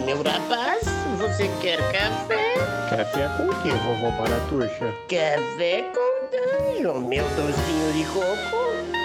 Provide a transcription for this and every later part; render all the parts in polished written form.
meu rapaz, você quer café? Café com o quê, vovó Baratuxa? Café com Dungeon, meu docinho de coco.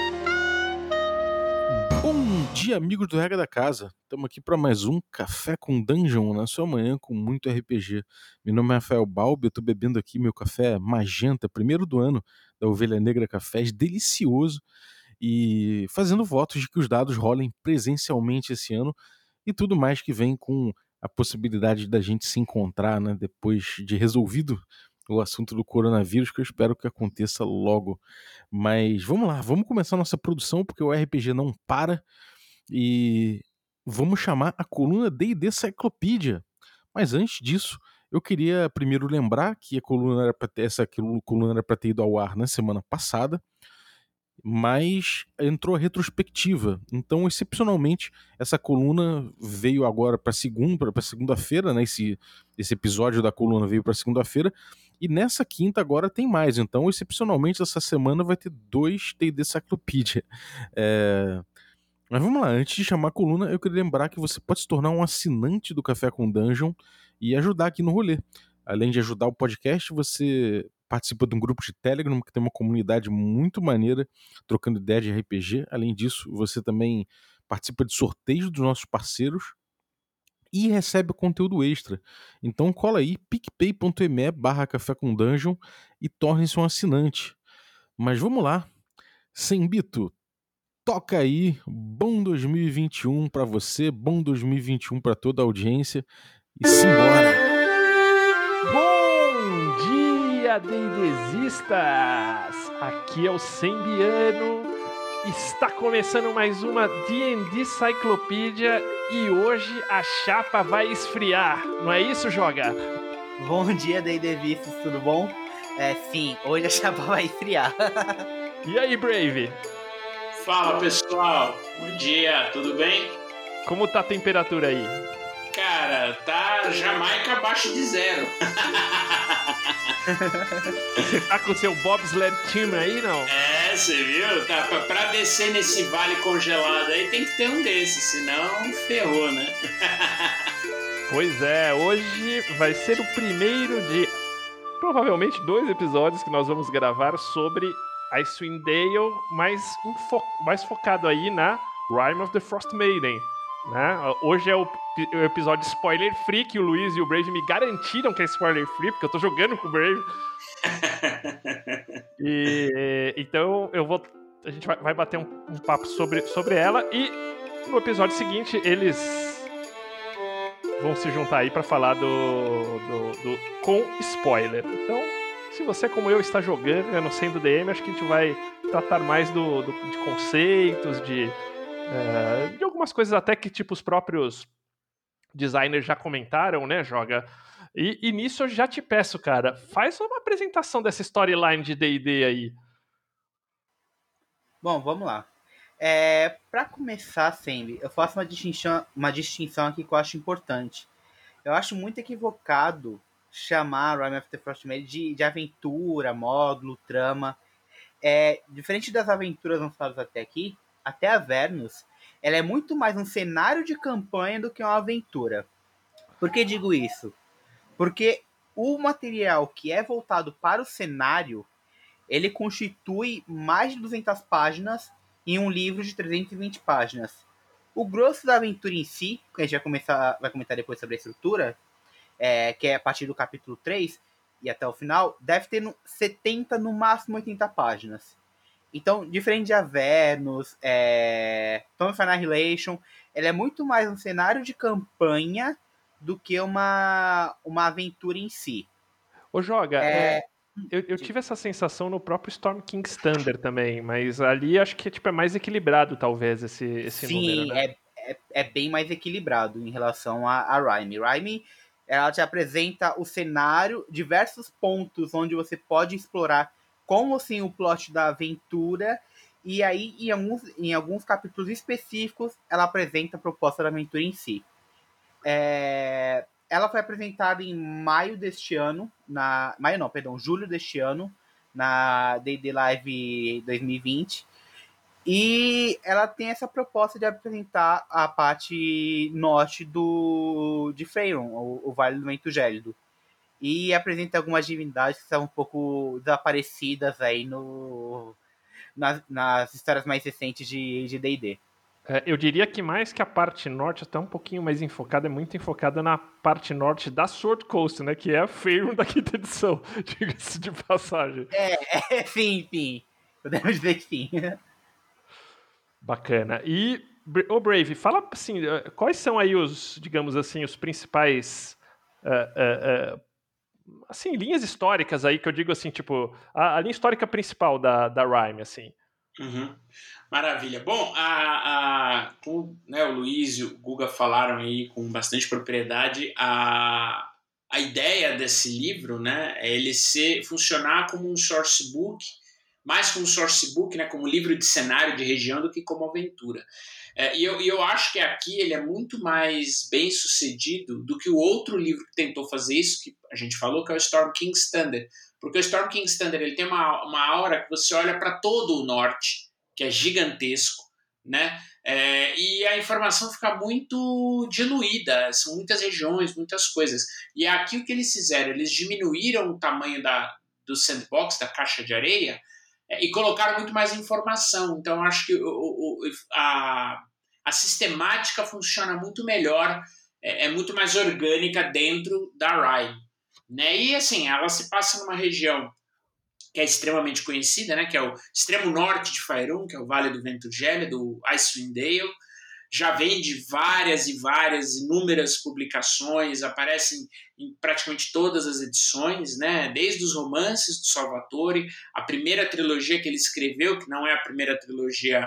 Bom dia, amigos do Regra da Casa. Estamos aqui para mais um Café com Dungeon na sua manhã com muito RPG. Meu nome é Rafael Balbi, eu estou bebendo aqui meu café magenta, primeiro do ano, da Ovelha Negra Cafés, delicioso, e fazendo votos de que os dados rolem presencialmente esse ano e tudo mais que vem com a possibilidade da gente se encontrar, né, depois de resolvido o assunto do coronavírus, que eu espero que aconteça logo. Mas vamos lá, vamos começar nossa produção, porque o RPG não para, e vamos chamar a coluna D&D Cyclopedia. Mas antes disso, eu queria primeiro lembrar que essa coluna era para ter ido ao ar na semana passada, mas entrou a retrospectiva. Então, excepcionalmente, essa coluna veio agora para segunda-feira, né? Esse episódio da coluna veio para segunda-feira, e nessa quinta agora tem mais. Então, excepcionalmente, essa semana vai ter 2 D&D Cyclopedia. Mas vamos lá, antes de chamar a coluna, eu queria lembrar que você pode se tornar um assinante do Café com Dungeon e ajudar aqui no rolê. Além de ajudar o podcast, você participa de um grupo de Telegram que tem uma comunidade muito maneira, trocando ideias de RPG. Além disso, você também participa de sorteios dos nossos parceiros e recebe conteúdo extra. Então cola aí, picpay.me/café com Dungeon e torne-se um assinante. Mas vamos lá, Sembito, toca aí, bom 2021 pra você, bom 2021 pra toda a audiência e simbora! Bom dia, D&Dzistas! Aqui é o Sembiano, está começando mais uma D&D Cyclopedia e hoje a chapa vai esfriar, não é isso, Joga? Bom dia, D&Dvistas, tudo bom? Sim, hoje a chapa vai esfriar. E aí, Brave? Fala, pessoal, bom dia, tudo bem? Como tá a temperatura aí? Cara, tá Jamaica abaixo de 0. Você tá com o seu bobsled team aí, não? É, você viu? Tá, pra descer nesse vale congelado aí tem que ter um desses, senão ferrou, né? Pois é, hoje vai ser o primeiro de provavelmente 2 episódios que nós vamos gravar sobre Icewind Dale, mais focado aí na Rime of the Frost Maiden, né? Hoje é o episódio spoiler free, que o Luiz e o Brave me garantiram que é spoiler free, porque eu tô jogando com o Brave. Então a gente vai bater um papo sobre ela, e no episódio seguinte eles vão se juntar aí pra falar com spoiler. Então, se você, como eu, está jogando, sendo DM, acho que a gente vai tratar mais de conceitos, de algumas coisas até que tipo os próprios designers já comentaram, né, Joga? E nisso eu já te peço, cara, faz uma apresentação dessa storyline de D&D aí. Bom, vamos lá. Para começar, Sembi, eu faço uma distinção aqui que eu acho importante. Eu acho muito equivocado chamar Rime of the Frost Maiden de aventura, módulo, trama. Diferente das aventuras lançadas até aqui, até a Avernus, ela é muito mais um cenário de campanha do que uma aventura. Por que digo isso? Porque o material que é voltado para o cenário, ele constitui mais de 200 páginas em um livro de 320 páginas. O grosso da aventura em si, que a gente vai comentar depois sobre a estrutura, que é a partir do capítulo 3 e até o final, deve ter 70, no máximo 80 páginas. Então, diferente de Avernus, Tome Final Relation, ela é muito mais um cenário de campanha do que uma aventura em si. Ô, Joga, eu tive essa sensação no próprio Storm King's Thunder também, mas ali acho que é mais equilibrado, talvez, esse Sim, número, né? é bem mais equilibrado em relação a Rime. Rime, ela te apresenta o cenário, diversos pontos onde você pode explorar como assim o plot da aventura, e aí em alguns capítulos específicos ela apresenta a proposta da aventura em si. Ela foi apresentada em julho deste ano, na D&D Live 2020. E ela tem essa proposta de apresentar a parte norte de Faerun, o Vale do Vento Gélido. E apresenta algumas divindades que são um pouco desaparecidas aí nas histórias mais recentes de D&D. Eu diria que mais que a parte norte, até um pouquinho mais enfocada, é muito enfocada na parte norte da Sword Coast, né? Que é a Faerun da quinta edição, diga-se de passagem. Sim. Podemos dizer que sim. Bacana. E, ô Brave, fala assim, quais são aí os, digamos assim, os principais assim, linhas históricas aí, que eu digo assim, tipo, a linha histórica principal da Rime, assim. Uhum. Maravilha. Bom, como, né, o Luiz e o Guga falaram aí com bastante propriedade, a ideia desse livro, né, é ele funcionar como um source book, mais como um source book, né, como livro de cenário de região do que como aventura. E eu acho que aqui ele é muito mais bem sucedido do que o outro livro que tentou fazer isso, que a gente falou, que é o Storm King's Thunder. Porque o Storm King's Thunder ele tem uma aura que você olha para todo o norte, que é gigantesco, né? E a informação fica muito diluída, são muitas regiões, muitas coisas. E aqui o que eles fizeram? Eles diminuíram o tamanho do sandbox, da caixa de areia, e colocaram muito mais informação. Então, acho que a sistemática funciona muito melhor, é muito mais orgânica dentro da Rime. Né? E, assim, ela se passa numa região que é extremamente conhecida, né? Que é o extremo norte de Faerun, que é o Vale do Vento Gélido, do Icewind Dale. Já vem de várias e várias, inúmeras publicações, aparecem em praticamente todas as edições, né? Desde os romances do Salvatore, a primeira trilogia que ele escreveu, que não é a primeira trilogia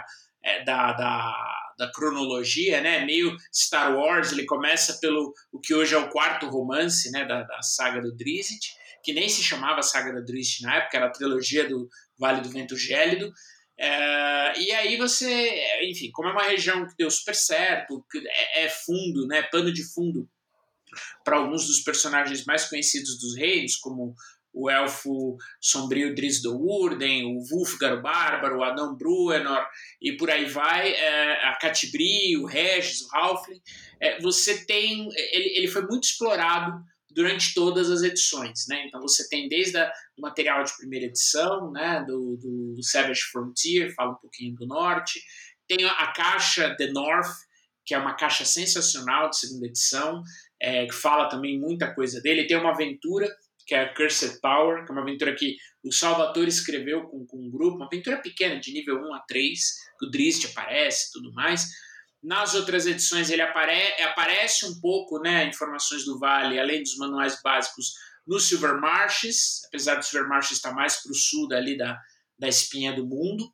da cronologia, né? Meio Star Wars, ele começa pelo o que hoje é o quarto romance, né? da saga do Drizzt, que nem se chamava Saga da Drizzt na época, era a trilogia do Vale do Vento Gélido. E aí você, enfim, como é uma região que deu super certo, que é fundo, né, pano de fundo para alguns dos personagens mais conhecidos dos reinos, como o elfo sombrio Drizzt Do'Urden, o Wulfgar o Bárbaro, o Anão Bruenor, e por aí vai, a Catti-brie, o Regis, o Halfling. Você tem, ele foi muito explorado durante todas as edições, né? Então você tem desde o material de primeira edição, né, do Savage Frontier, fala um pouquinho do norte, tem a caixa The North, que é uma caixa sensacional de segunda edição, que fala também muita coisa dele. Tem uma aventura, que é a Cursed Power, que é uma aventura que o Salvatore escreveu com um grupo, uma aventura pequena, de nível 1 a 3, que o Drizzt aparece e tudo mais. Nas outras edições ele aparece um pouco, né, informações do Vale, além dos manuais básicos, no Silvermarshes, apesar do Silvermarshes estar mais para o sul dali da espinha do mundo.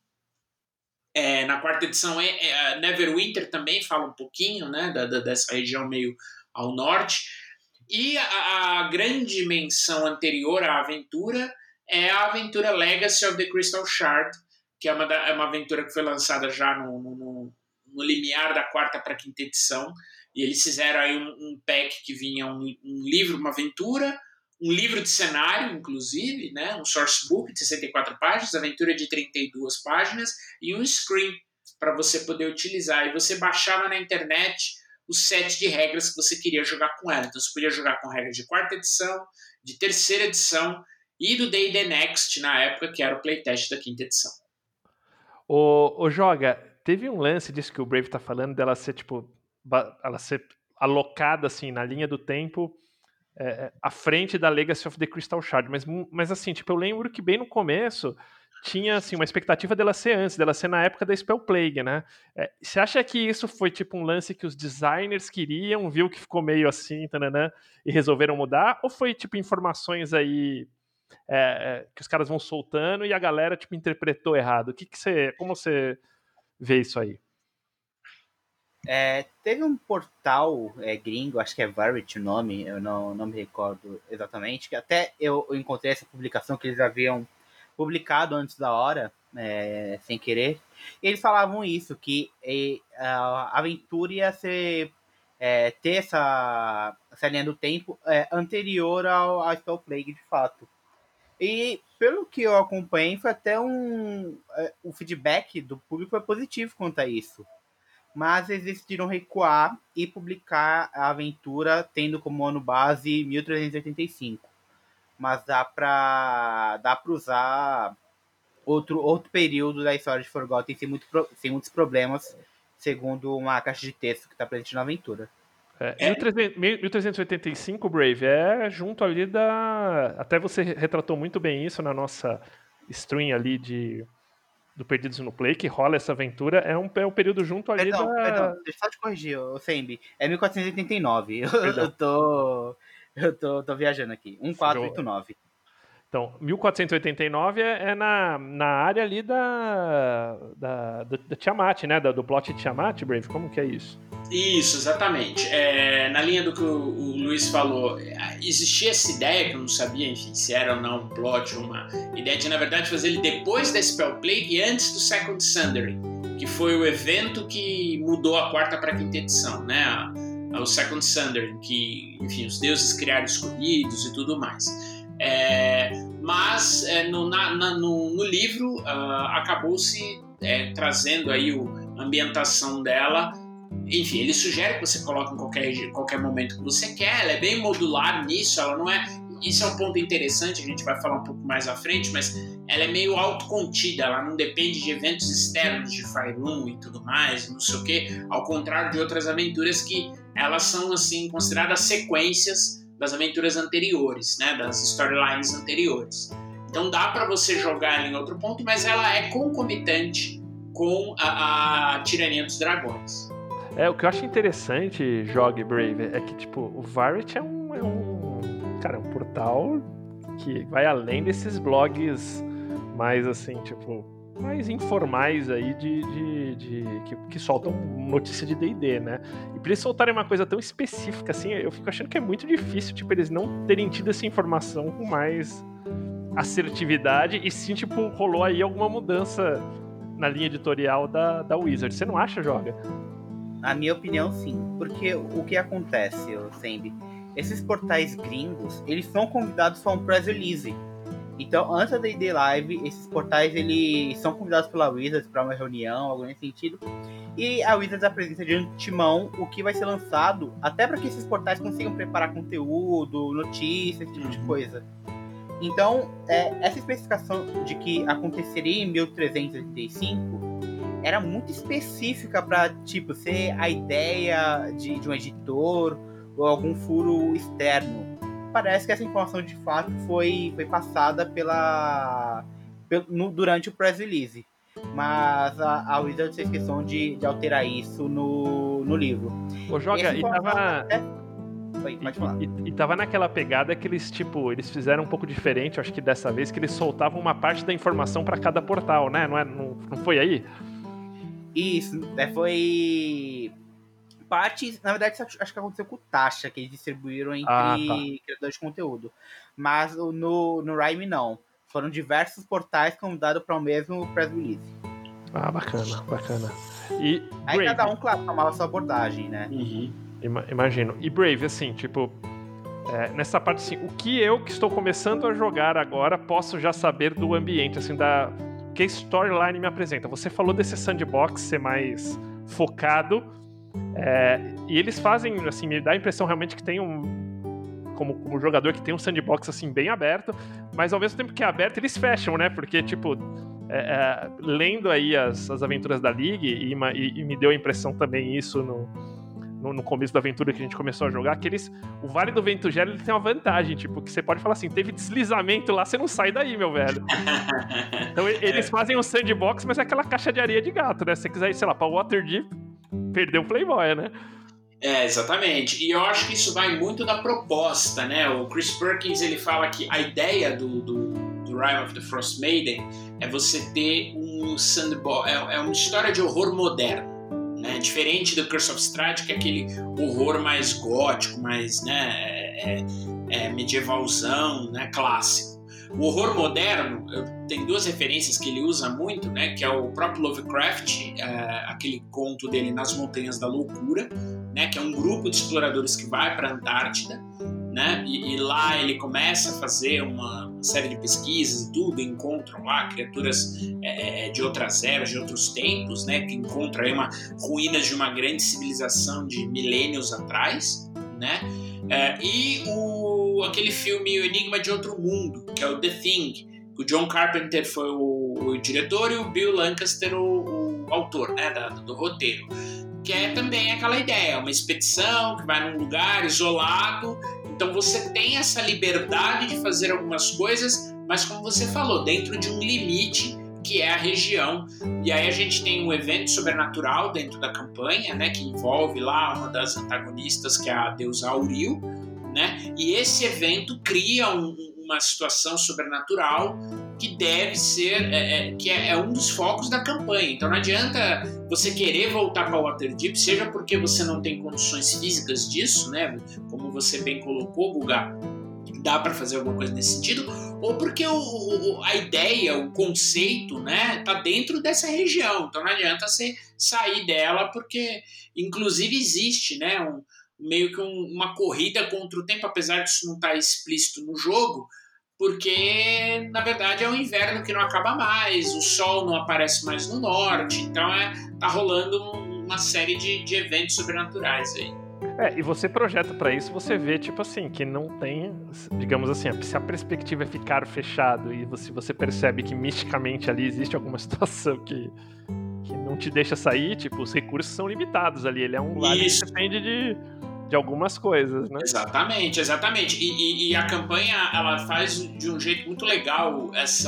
Na quarta edição, Neverwinter também fala um pouquinho, né, dessa região meio ao norte. E a grande menção anterior à aventura é a aventura Legacy of the Crystal Shard, que é uma aventura que foi lançada já no limiar da quarta para a quinta edição, e eles fizeram aí um pack que vinha um livro, uma aventura, um livro de cenário, inclusive, né, um source book de 64 páginas, aventura de 32 páginas, e um screen para você poder utilizar. E você baixava na internet o set de regras que você queria jogar com ela. Então você podia jogar com regras de quarta edição, de terceira edição e do D&D Next, na época, que era o playtest da quinta edição. Ô Joga, teve um lance disso que o Brave tá falando, dela ser, tipo, ela ser alocada, assim, na linha do tempo, à frente da Legacy of the Crystal Shard, mas assim, tipo, eu lembro que bem no começo tinha, assim, uma expectativa dela ser antes, dela ser na época da Spell Plague, né? Você acha que isso foi, tipo, um lance que os designers queriam, viu que ficou meio assim, tananã, e resolveram mudar? Ou foi, tipo, informações aí que os caras vão soltando e a galera, tipo, interpretou errado? Como você vê isso aí? Teve um portal gringo, acho que é Variety o nome, eu não me recordo exatamente, que até eu encontrei essa publicação que eles haviam publicado antes da hora, sem querer, e eles falavam isso, que a aventura ia ter essa linha do tempo anterior ao Spell Plague, de fato. E pelo que eu acompanhei, foi até o feedback do público foi positivo quanto a isso. Mas eles decidiram recuar e publicar a aventura tendo como ano base 1385. Mas dá pra usar outro período da história de Forgotten sem muitos problemas, segundo uma caixa de texto que está presente na aventura. 1385, Brave, é junto ali da... Até você retratou muito bem isso na nossa stream ali do Perdidos no Play, que rola essa aventura, é um período junto ali Perdão, deixa eu só te corrigir, Sembi. É 1489. Eu tô viajando aqui. 1489. Então, 1489 é na área ali da Tiamat, né? Do plot de Tiamat, Brave? Como que é isso? Isso, exatamente. Na linha do que o Luiz falou, existia essa ideia, que eu não sabia, enfim, se era ou não um plot, uma ideia de, na verdade, fazer ele depois da Spell Plague e antes do Second Sundering, que foi o evento que mudou a quarta para a quinta edição, né? O Second Sundering, que, enfim, os deuses criaram escolhidos e tudo mais. Mas no livro acabou-se trazendo aí a ambientação dela. Enfim, ele sugere que você coloque em qualquer momento que você quer. Ela é bem modular nisso, ela não é... Isso é um ponto interessante, a gente vai falar um pouco mais à frente, mas ela é meio autocontida, ela não depende de eventos externos de Fire Room e tudo mais, não sei o quê, ao contrário de outras aventuras que elas são, assim, consideradas sequências das aventuras anteriores, né, das storylines anteriores. Então dá para você jogar ela em outro ponto, mas ela é concomitante com a Tirania dos Dragões. O que eu acho interessante, Jogue Brave, é que, tipo, o Varret é um portal que vai além desses blogs mais, assim, tipo, mais informais aí que soltam notícia de D&D, né? E pra eles soltarem uma coisa tão específica, assim, eu fico achando que é muito difícil, tipo, eles não terem tido essa informação com mais assertividade e sim, tipo, rolou aí alguma mudança na linha editorial da Wizard. Você não acha, Joga? Na minha opinião, sim. Porque o que acontece, Sembi? Esses portais gringos, eles são convidados para um press release. Então, antes da D&D Live, esses portais eles são convidados pela Wizards para uma reunião, algo nesse sentido. E a Wizards apresenta de antemão o que vai ser lançado, até para que esses portais consigam preparar conteúdo, notícias, esse tipo de coisa. Então, essa especificação de que aconteceria em 1385 era muito específica para, tipo, ser a ideia de um editor ou algum furo externo. Parece que essa informação de fato foi passada durante o press release. Mas a Wizard fez questão de alterar isso no livro. Ô, Joga, e tava naquela pegada que eles fizeram um pouco diferente, acho que dessa vez, que eles soltavam uma parte da informação para cada portal, né? Não foi aí? Isso, foi... Parte, na verdade, acho que aconteceu com o Tasha, que eles distribuíram entre criadores de conteúdo. Mas no Rime, não. Foram diversos portais convidados para o mesmo press release. Bacana. E aí Brave, cada um, claro, tomava a sua abordagem, né? Uhum. Imagino. E Brave, assim, tipo... nessa parte, assim, o que eu que estou começando a jogar agora posso já saber do ambiente, assim, que a storyline me apresenta? Você falou desse sandbox ser mais focado... e eles fazem, assim, me dá a impressão realmente que tem como jogador, que tem um sandbox, assim, bem aberto, mas ao mesmo tempo que é aberto, eles fecham, né? Porque, tipo, lendo aí as aventuras da League, e me deu a impressão também isso no começo da aventura que a gente começou a jogar, que o Vale do Vento Gelo, ele tem uma vantagem, tipo, que você pode falar assim, teve deslizamento lá, você não sai daí, meu velho. Então eles fazem um sandbox, mas é aquela caixa de areia de gato, né? Se você quiser ir, sei lá, pra Waterdeep, perdeu o Playboy, né? Exatamente. E eu acho que isso vai muito da proposta, né? O Chris Perkins, ele fala que a ideia do Rime of the Frost Maiden é você ter um sandbox, é uma história de horror moderno, né? Diferente do Curse of Strahd, que é aquele horror mais gótico, mais, né, medievalzão, né, clássico. O horror moderno, tem duas referências que ele usa muito, né, que é o próprio Lovecraft, aquele conto dele Nas Montanhas da Loucura, né, que é um grupo de exploradores que vai para a Antártida, né, e lá ele começa a fazer uma série de pesquisas e tudo, encontram lá criaturas de outras eras, de outros tempos, né, que encontram aí ruínas de uma grande civilização de milênios atrás, né, e aquele filme O Enigma de Outro Mundo, que é o The Thing, que o John Carpenter foi o diretor e o Bill Lancaster o autor, né, do roteiro, que é também aquela ideia, uma expedição que vai num lugar isolado. Então você tem essa liberdade de fazer algumas coisas, mas como você falou, dentro de um limite que é a região. E aí a gente tem um evento sobrenatural dentro da campanha, né, que envolve lá uma das antagonistas, que é a deusa Auril, né, e esse evento cria uma situação sobrenatural que deve ser, que é um dos focos da campanha. Então não adianta você querer voltar para Waterdeep, seja porque você não tem condições físicas disso, né? Como você bem colocou, Guga, dá para fazer alguma coisa nesse sentido, ou porque a ideia, o conceito, né, tá dentro dessa região. Então não adianta você sair dela, porque inclusive existe, né, meio que uma corrida contra o tempo, apesar disso não estar explícito no jogo, porque na verdade é um inverno que não acaba mais, o sol não aparece mais no norte, então tá rolando uma série de eventos sobrenaturais aí. E você projeta pra isso, você vê, tipo assim, que não tem, digamos assim, se a perspectiva é ficar fechado e você percebe que misticamente ali existe alguma situação que não te deixa sair, tipo, os recursos são limitados ali, ele é um lugar que depende de algumas coisas, né? Exatamente. E a campanha, ela faz de um jeito muito legal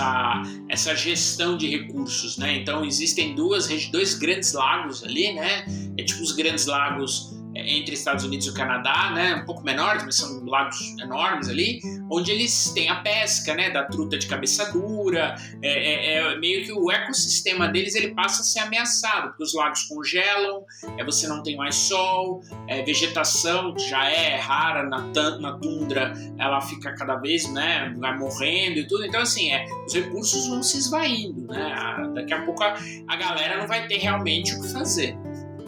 essa gestão de recursos, né? Então existem dois grandes lagos ali, né? É tipo os grandes lagos entre Estados Unidos e o Canadá, né? Um pouco menores, mas são lagos enormes ali, onde eles têm a pesca, né? Da truta de cabeça dura, meio que o ecossistema deles ele passa a ser ameaçado, porque os lagos congelam, você não tem mais sol, vegetação que já é rara na tundra, ela fica cada vez, né? Vai morrendo e tudo, então assim, os recursos vão se esvaindo, né? Daqui a pouco a galera não vai ter realmente o que fazer.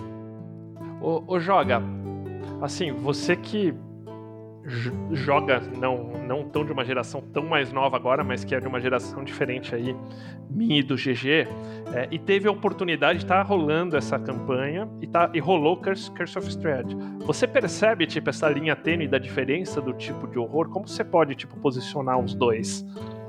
Ô Joga, assim, você que joga não tão de uma geração tão mais nova agora, mas que é de uma geração diferente aí, minha e do GG, e teve a oportunidade de estar rolando essa campanha e rolou Curse of Strahd. Você percebe, tipo, essa linha tênue da diferença do tipo de horror? Como você pode, tipo, posicionar os dois?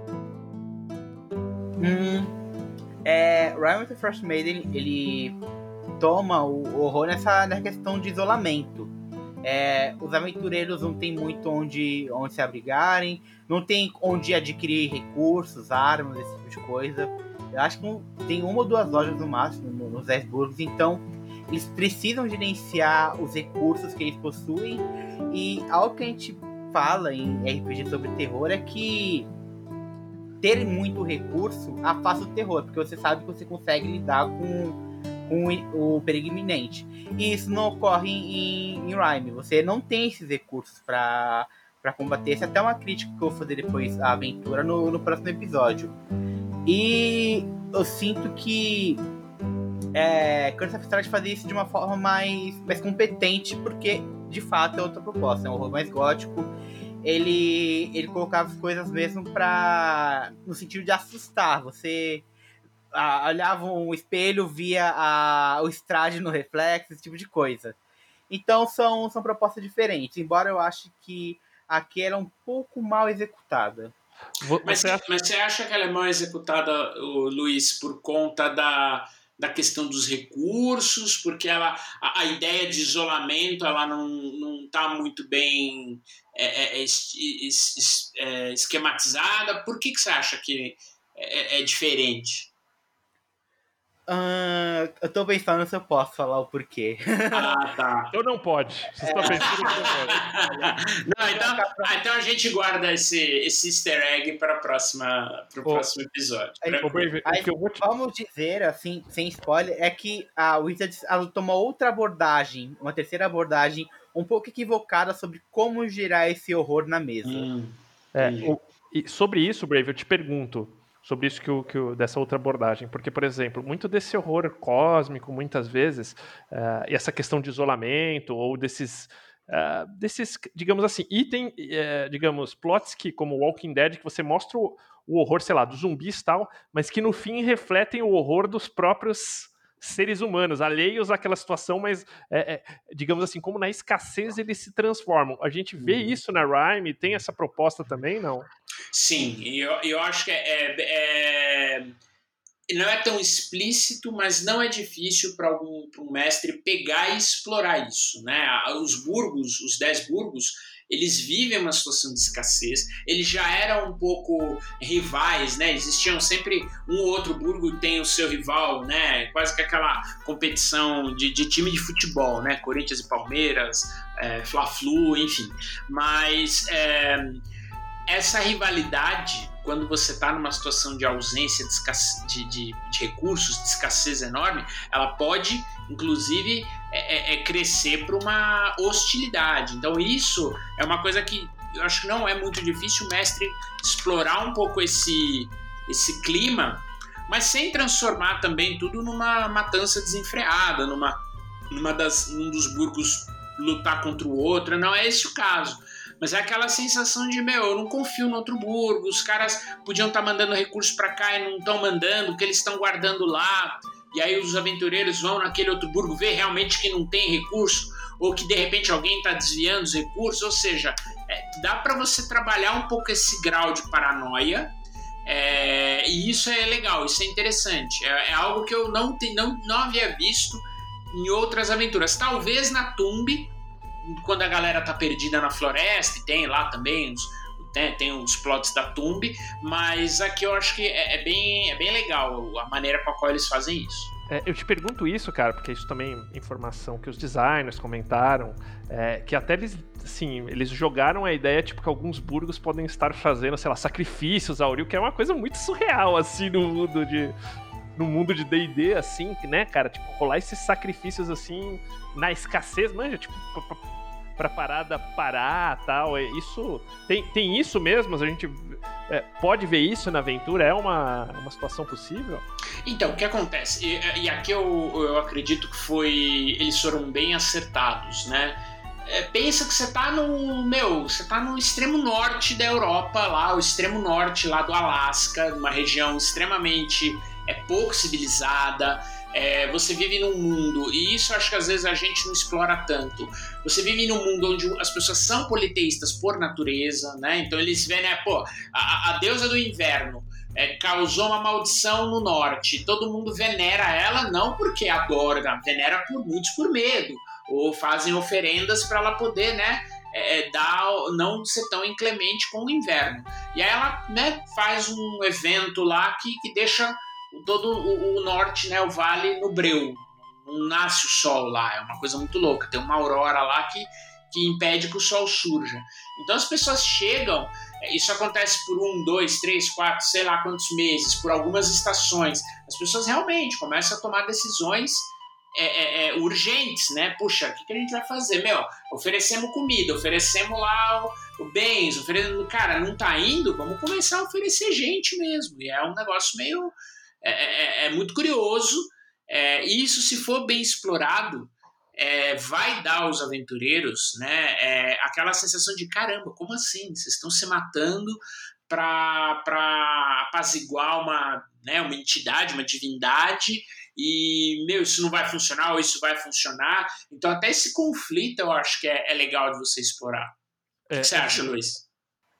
Realm of the Frost Maiden, ele toma o horror nessa questão de isolamento. Os aventureiros não tem muito onde se abrigarem, não tem onde adquirir recursos, armas, esse tipo de coisa. Eu acho que tem uma ou duas lojas no máximo nos 10 burgos, então eles precisam gerenciar os recursos que eles possuem. E algo que a gente fala em RPG sobre terror é que ter muito recurso afasta o terror, porque você sabe que você consegue lidar com o perigo iminente. E isso não ocorre em Rime. Você não tem esses recursos para combater. Essa é até uma crítica que eu vou fazer depois à aventura no próximo episódio. E eu sinto que Curse of Strahd fazia isso de uma forma mais competente, porque de fato é outra proposta, é um horror mais gótico. Ele colocava as coisas mesmo no sentido de assustar. Você olhava um espelho, via o Strahd no reflexo, esse tipo de coisa. Então são propostas diferentes, embora eu ache que aqui era um pouco mal executada. Mas você acha que ela é mal executada, Luiz, por conta da questão dos recursos, porque a ideia de isolamento ela não está muito bem esquematizada? Por que você acha que é diferente? Eu tô pensando se eu posso falar o porquê. Ah, tá. Ou não pode. Você está pensando que não pode. Então a gente guarda esse easter egg para o próximo episódio. Vamos dizer, assim, sem spoiler, é que a Wizards tomou outra abordagem, uma terceira abordagem, um pouco equivocada sobre como gerar esse horror na mesa. E sobre isso, Brave, eu te pergunto, sobre isso dessa outra abordagem, porque, por exemplo, muito desse horror cósmico, muitas vezes, e essa questão de isolamento, ou desses desses, digamos assim, digamos, plots que, como Walking Dead, que você mostra o horror, sei lá, dos zumbis e tal, mas que no fim refletem o horror dos próprios seres humanos, alheios àquela situação, mas, digamos assim, como na escassez eles se transformam. A gente vê isso na Rime, tem essa proposta também, não? Sim, eu acho que não é tão explícito, mas não é difícil para um mestre pegar e explorar isso, né? Os burgos, os 10 burgos, eles vivem uma situação de escassez, eles já eram um pouco rivais, né? Existiam sempre um ou outro burgo que tem o seu rival, né? Quase que aquela competição de time de futebol, né? Corinthians e Palmeiras, Fla-Flu, enfim. Mas essa rivalidade, quando você está numa situação de ausência de recursos, de escassez enorme, ela pode, inclusive, crescer para uma hostilidade. Então isso é uma coisa que eu acho que não é muito difícil o mestre explorar um pouco esse clima, mas sem transformar também tudo numa matança desenfreada, num dos burgos lutar contra o outro. Não é esse o caso. Mas é aquela sensação de, eu não confio no outro burgo, os caras podiam estar mandando recursos para cá e não estão mandando, o que eles estão guardando lá, e aí os aventureiros vão naquele outro burgo ver realmente que não tem recurso, ou que de repente alguém está desviando os recursos, ou seja, dá para você trabalhar um pouco esse grau de paranoia, e isso é legal, isso é interessante, é algo que eu não havia visto em outras aventuras, talvez na Tomb, quando a galera tá perdida na floresta, e tem lá também tem os plots da Tomb, mas aqui eu acho que é bem legal a maneira com a qual eles fazem isso. Eu te pergunto isso, cara, porque isso também é informação que os designers comentaram, que até eles jogaram a ideia, tipo, que alguns burgos podem estar fazendo, sei lá, sacrifícios ao Auril, que é uma coisa muito surreal, assim, no mundo de D&D, assim, né, cara, tipo, rolar esses sacrifícios, assim, na escassez, manja, tipo, pra parada parar, tal, isso, tem isso mesmo, a gente pode ver isso na aventura, é uma situação possível? Então, o que acontece, e aqui eu acredito que eles foram bem acertados, né, pensa que você tá no extremo norte da Europa, lá, o extremo norte lá do Alasca, uma região extremamente pouco civilizada, você vive num mundo, e isso acho que às vezes a gente não explora tanto, você vive num mundo onde as pessoas são politeístas por natureza, né? Então eles veem, a deusa do inverno causou uma maldição no norte, todo mundo venera ela, não porque adora, venera muitos por medo, ou fazem oferendas para ela poder, né, não ser tão inclemente com o inverno. E aí ela, né, faz um evento lá que deixa todo o norte, né, o vale no breu, não nasce o sol lá, é uma coisa muito louca, tem uma aurora lá que impede que o sol surja. Então as pessoas chegam, isso acontece por 1, 2, 3, 4, sei lá quantos meses, por algumas estações, as pessoas realmente começam a tomar decisões urgentes, né? Puxa, o que a gente vai fazer? Oferecemos comida, oferecemos lá bens, cara, não tá indo? Vamos começar a oferecer gente mesmo, e é um negócio meio... muito curioso, e isso, se for bem explorado, vai dar aos aventureiros, né, aquela sensação de caramba, como assim? Vocês estão se matando para apaziguar uma entidade, uma divindade, e isso não vai funcionar, ou isso vai funcionar. Então até esse conflito eu acho que é legal de você explorar. O que você acha, Luiz?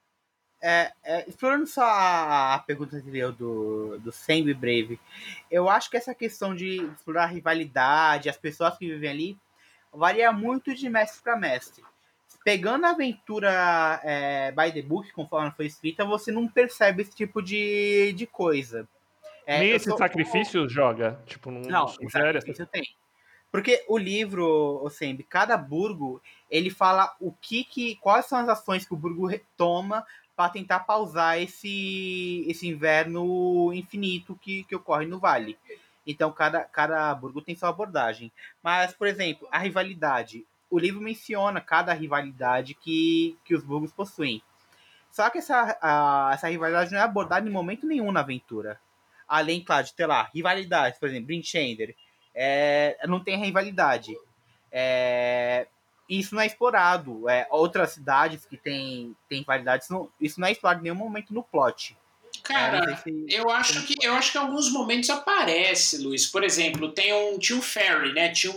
Explorando só a pergunta anterior do Sam Brave, eu acho que essa questão de explorar a rivalidade, as pessoas que vivem ali, varia muito de mestre para mestre. Pegando a aventura by the book, conforme foi escrita, você não percebe esse tipo de coisa. Nem esse sacrifício joga? Tipo, não sugere? Sacrifício tem. Porque o livro, Sembi, cada burgo, ele fala quais são as ações que o burgo toma para tentar pausar esse inverno infinito que ocorre no vale. Então, cada burgo tem sua abordagem. Mas, por exemplo, a rivalidade. O livro menciona cada rivalidade que os burgos possuem. Só que essa rivalidade não é abordada em momento nenhum na aventura. Além, claro, de ter lá rivalidades, por exemplo, Brinchander. Não tem rivalidade. isso não é explorado. Outras cidades que tem rivalidades, isso não é explorado em nenhum momento no plot. Cara, eu acho que em alguns momentos aparece, Luiz. Por exemplo, tinha um ferry, né? Tinha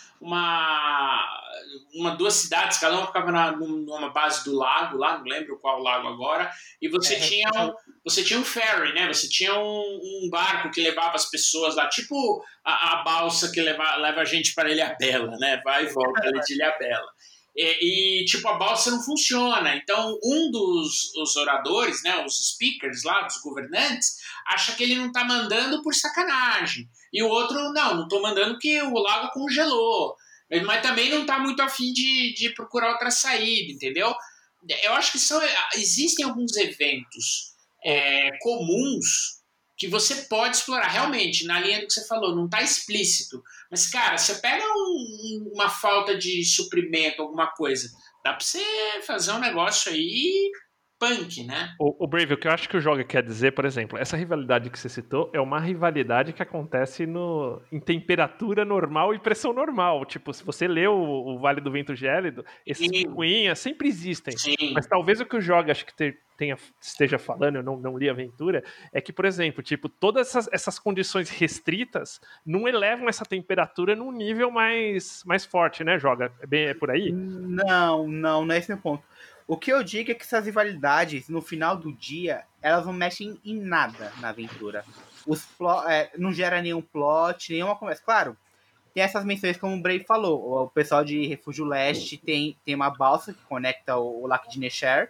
duas cidades, cada uma ficava numa base do lago, lá, não lembro qual lago agora, e você tinha um ferry, né? Você tinha um barco que levava as pessoas lá, tipo a balsa que leva a gente para Ilhabela, né? Vai e volta ali de Ilhabela. E tipo, a balsa não funciona. Então, um dos oradores, né, os speakers lá, dos governantes, acha que ele não tá mandando por sacanagem. E o outro, não tô mandando porque o lago congelou. Mas também não tá muito afim de procurar outra saída, entendeu? Eu acho que existem alguns eventos comuns que você pode explorar. Realmente, na linha do que você falou, não tá explícito. Mas, cara, você pega uma falta de suprimento, alguma coisa, dá pra você fazer um negócio aí punk, né? O Brave, o que eu acho que o Joga quer dizer, por exemplo, essa rivalidade que você citou é uma rivalidade que acontece em temperatura normal e pressão normal. Tipo, se você lê o Vale do Vento Gélido, esses picuinhas sempre existem. Sim. Mas talvez o que o Joga acho que esteja falando, eu não li a aventura, é que, por exemplo, tipo, todas essas condições restritas não elevam essa temperatura num nível mais forte, né, Joga? É por aí? Não é esse meu ponto. O que eu digo é que essas rivalidades, no final do dia, elas não mexem em nada na aventura. Não gera nenhum plot, nenhuma conversa. Claro, tem essas menções como o Brave falou. O pessoal de Refúgio Leste tem uma balsa que conecta o Lago de Nesher,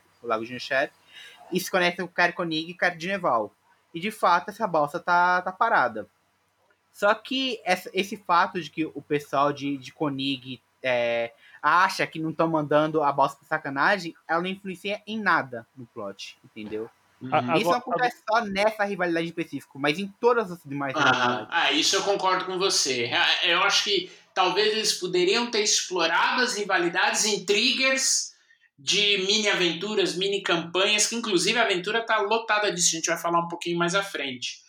e se conecta com o Caer Konig e Caer Dineval. E, de fato, essa balsa tá parada. Só que esse fato de que o pessoal de Konig acha que não estão mandando a balsa por sacanagem, ela não influencia em nada no plot, entendeu? Isso não acontece só nessa rivalidade específica, mas em todas as demais rivalidades. Isso eu concordo com você. Eu acho que talvez eles poderiam ter explorado as rivalidades em triggers de mini-aventuras, mini-campanhas, que inclusive a aventura tá lotada disso, a gente vai falar um pouquinho mais à frente.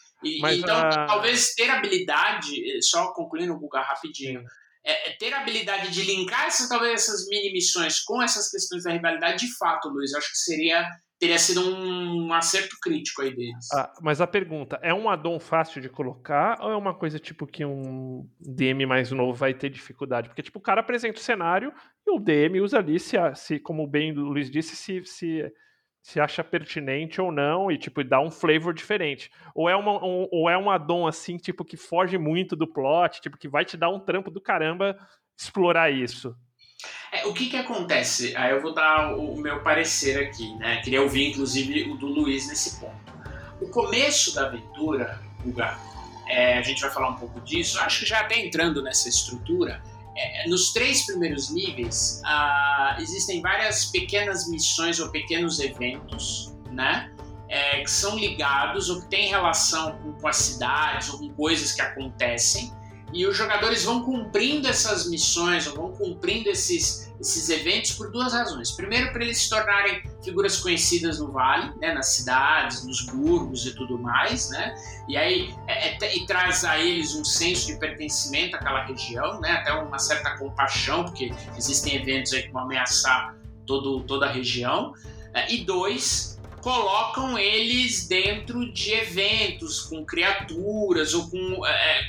Talvez ter habilidade, só concluindo o Guga rapidinho, ter a habilidade de linkar essas mini-missões com essas questões da rivalidade, de fato, Luiz, eu acho que teria sido um acerto crítico aí deles. Mas a pergunta, é um addon fácil de colocar ou é uma coisa tipo que um DM mais novo vai ter dificuldade? Porque tipo, o cara apresenta o cenário e o DM usa ali, se como bem o Luiz disse, se acha pertinente ou não, e tipo, dá um flavor diferente. Ou é um addon assim, tipo, que foge muito do plot, tipo, que vai te dar um trampo do caramba explorar isso. O que acontece? Aí eu vou dar o meu parecer aqui, né? Queria ouvir, inclusive, o do Luiz nesse ponto. O começo da aventura, Guga, a gente vai falar um pouco disso, acho que já até entrando nessa estrutura, nos 3 primeiros níveis, existem várias pequenas missões ou pequenos eventos, né? Que são ligados ou que têm relação com as cidades ou com coisas que acontecem, e os jogadores vão cumprindo essas missões ou vão cumprindo esses eventos por 2 razões. Primeiro, para eles se tornarem figuras conhecidas no vale, né, nas cidades, nos burgos e tudo mais, né? E aí e traz a eles um senso de pertencimento àquela região, né? Até uma certa compaixão, porque existem eventos aí que vão ameaçar toda a região. E 2, colocam eles dentro de eventos com criaturas ou com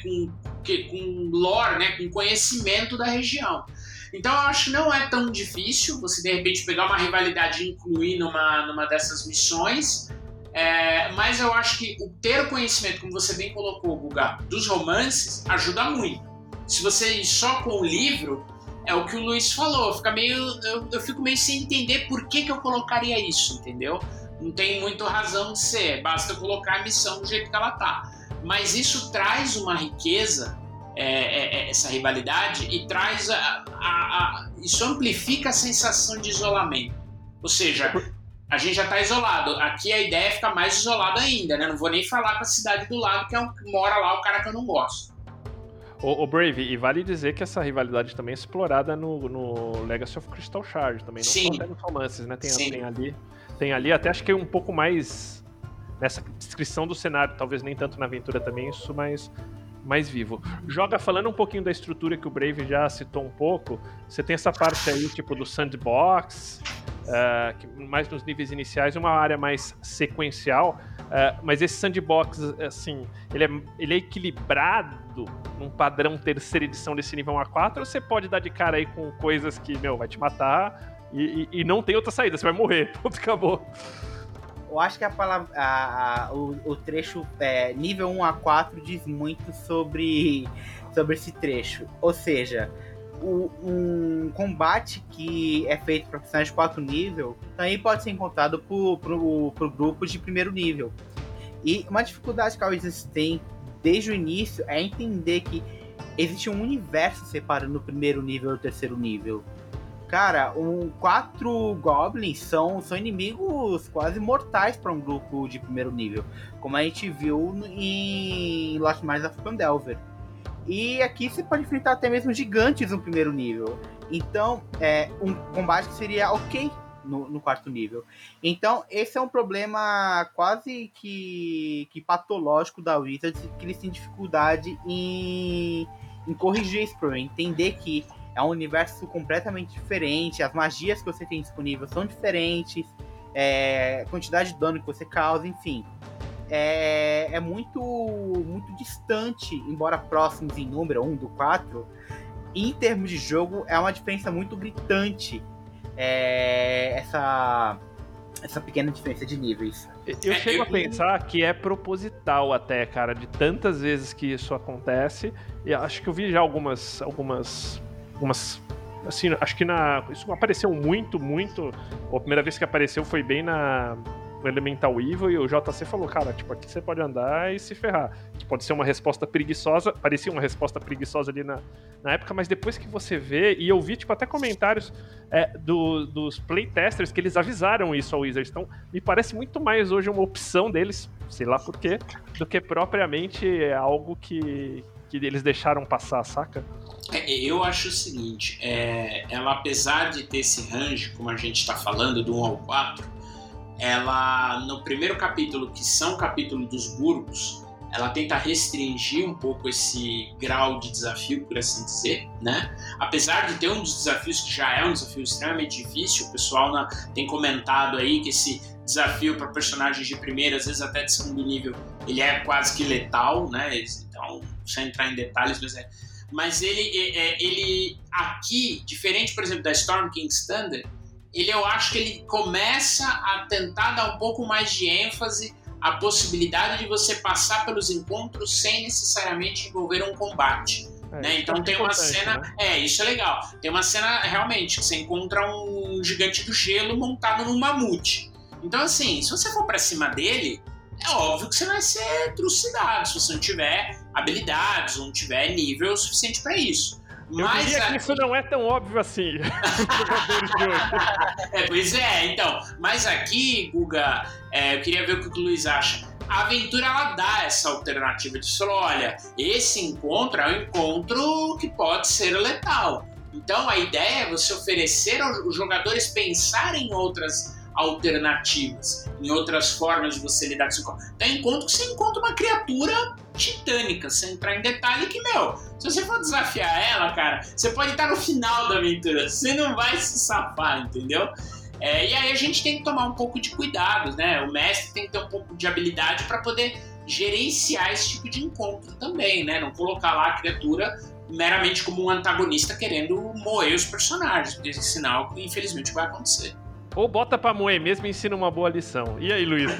lore, né, com conhecimento da região. Então eu acho que não é tão difícil você de repente pegar uma rivalidade e incluir numa dessas missões, mas eu acho que ter o conhecimento, como você bem colocou, Guga, dos romances ajuda muito. Se você ir só com o livro, é o que o Luiz falou, eu fico meio sem entender por que eu colocaria isso, entendeu? Não tem muito razão de ser, basta colocar a missão do jeito que ela tá. Mas isso traz uma riqueza, essa rivalidade, e traz isso amplifica a sensação de isolamento. Ou seja, a gente já está isolado. Aqui a ideia é ficar mais isolado ainda, né? Não vou nem falar com a cidade do lado, que mora lá o cara que eu não gosto. O Brave, e vale dizer que essa rivalidade também é explorada no Legacy of Crystal Shard, também, não só nos romances, né? Tem ali até acho que um pouco mais nessa descrição do cenário, talvez nem tanto na aventura também, isso, mas mais vivo. Joga falando um pouquinho da estrutura que o Brave já citou um pouco. Você tem essa parte aí, tipo, do sandbox, que mais nos níveis iniciais, uma área mais sequencial, mas esse sandbox, assim, ele é equilibrado num padrão terceira edição desse nível 1 a 4, ou você pode dar de cara aí com coisas que, vai te matar e não tem outra saída, você vai morrer, ponto, acabou. Eu acho que a palavra, o trecho nível 1 a 4 diz muito sobre esse trecho. Ou seja, um combate que é feito para personagens de 4 nível também pode ser encontrado pro grupo de primeiro nível. E uma dificuldade que a Wizards tem desde o início é entender que existe um universo separando o primeiro nível e o terceiro nível. Cara, 4 Goblins são inimigos quase mortais para um grupo de primeiro nível, como a gente viu em Lost Mines of Phandelver. E aqui você pode enfrentar até mesmo gigantes no primeiro nível. Então, um combate que seria ok no quarto nível. Então, esse é um problema quase que patológico da Wizards, que eles têm dificuldade em corrigir esse problema, entender que é um universo completamente diferente, as magias que você tem disponível são diferentes, a quantidade de dano que você causa, enfim. É muito, muito distante, embora próximos em número, 1 do 4, em termos de jogo, é uma diferença muito gritante, essa pequena diferença de níveis. Eu chego a pensar que é proposital até, cara, de tantas vezes que isso acontece, e acho que eu vi já algumas assim, acho que isso apareceu muito, a primeira vez que apareceu foi bem no Elemental Evil, e o JC falou, cara, tipo, aqui você pode andar e se ferrar. Pode ser uma resposta preguiçosa, parecia uma resposta preguiçosa ali na época, mas depois que você vê, e eu vi, tipo, até comentários dos playtesters que eles avisaram isso ao Wizards, então me parece muito mais hoje uma opção deles, sei lá por quê, do que propriamente algo que eles deixaram passar, saca? Eu acho o seguinte, ela, apesar de ter esse range, como a gente está falando, do 1 ao 4, ela, no primeiro capítulo, que são o capítulo dos burgos, ela tenta restringir um pouco esse grau de desafio, por assim dizer, né? Apesar de ter um dos desafios que já é um desafio extremamente difícil, o pessoal tem comentado aí que esse desafio para personagens de primeiro, às vezes até de segundo nível, ele é quase que letal, né? Então, sem entrar em detalhes, mas ele aqui, diferente, por exemplo, da Storm King's Thunder, eu acho que ele começa a tentar dar um pouco mais de ênfase à possibilidade de você passar pelos encontros sem necessariamente envolver um combate. Né? Então tem uma cena... Né? Isso é legal. Tem uma cena, realmente, que você encontra um gigante do gelo montado num mamute. Então, assim, se você for pra cima dele, é óbvio que você vai ser trucidado se você não tiver habilidades ou não tiver nível suficiente pra isso. Mas diria que isso não é tão óbvio assim. Pois é, então. Mas aqui, Guga, eu queria ver o que o Luiz acha. A aventura, ela dá essa alternativa de falar, olha, esse encontro é um encontro que pode ser letal. Então a ideia é você oferecer aos jogadores pensarem em outras alternativas, em outras formas de você lidar com esse encontro. Tem encontro que você encontra uma criatura titânica, sem entrar em detalhe, que, se você for desafiar ela, cara, você pode estar no final da aventura, você não vai se safar, entendeu? E aí a gente tem que tomar um pouco de cuidado, né? O mestre tem que ter um pouco de habilidade para poder gerenciar esse tipo de encontro também, né? Não colocar lá a criatura meramente como um antagonista querendo moer os personagens, porque esse sinal, infelizmente, vai acontecer. Ou bota pra moer mesmo e ensina uma boa lição. E aí, Luiz?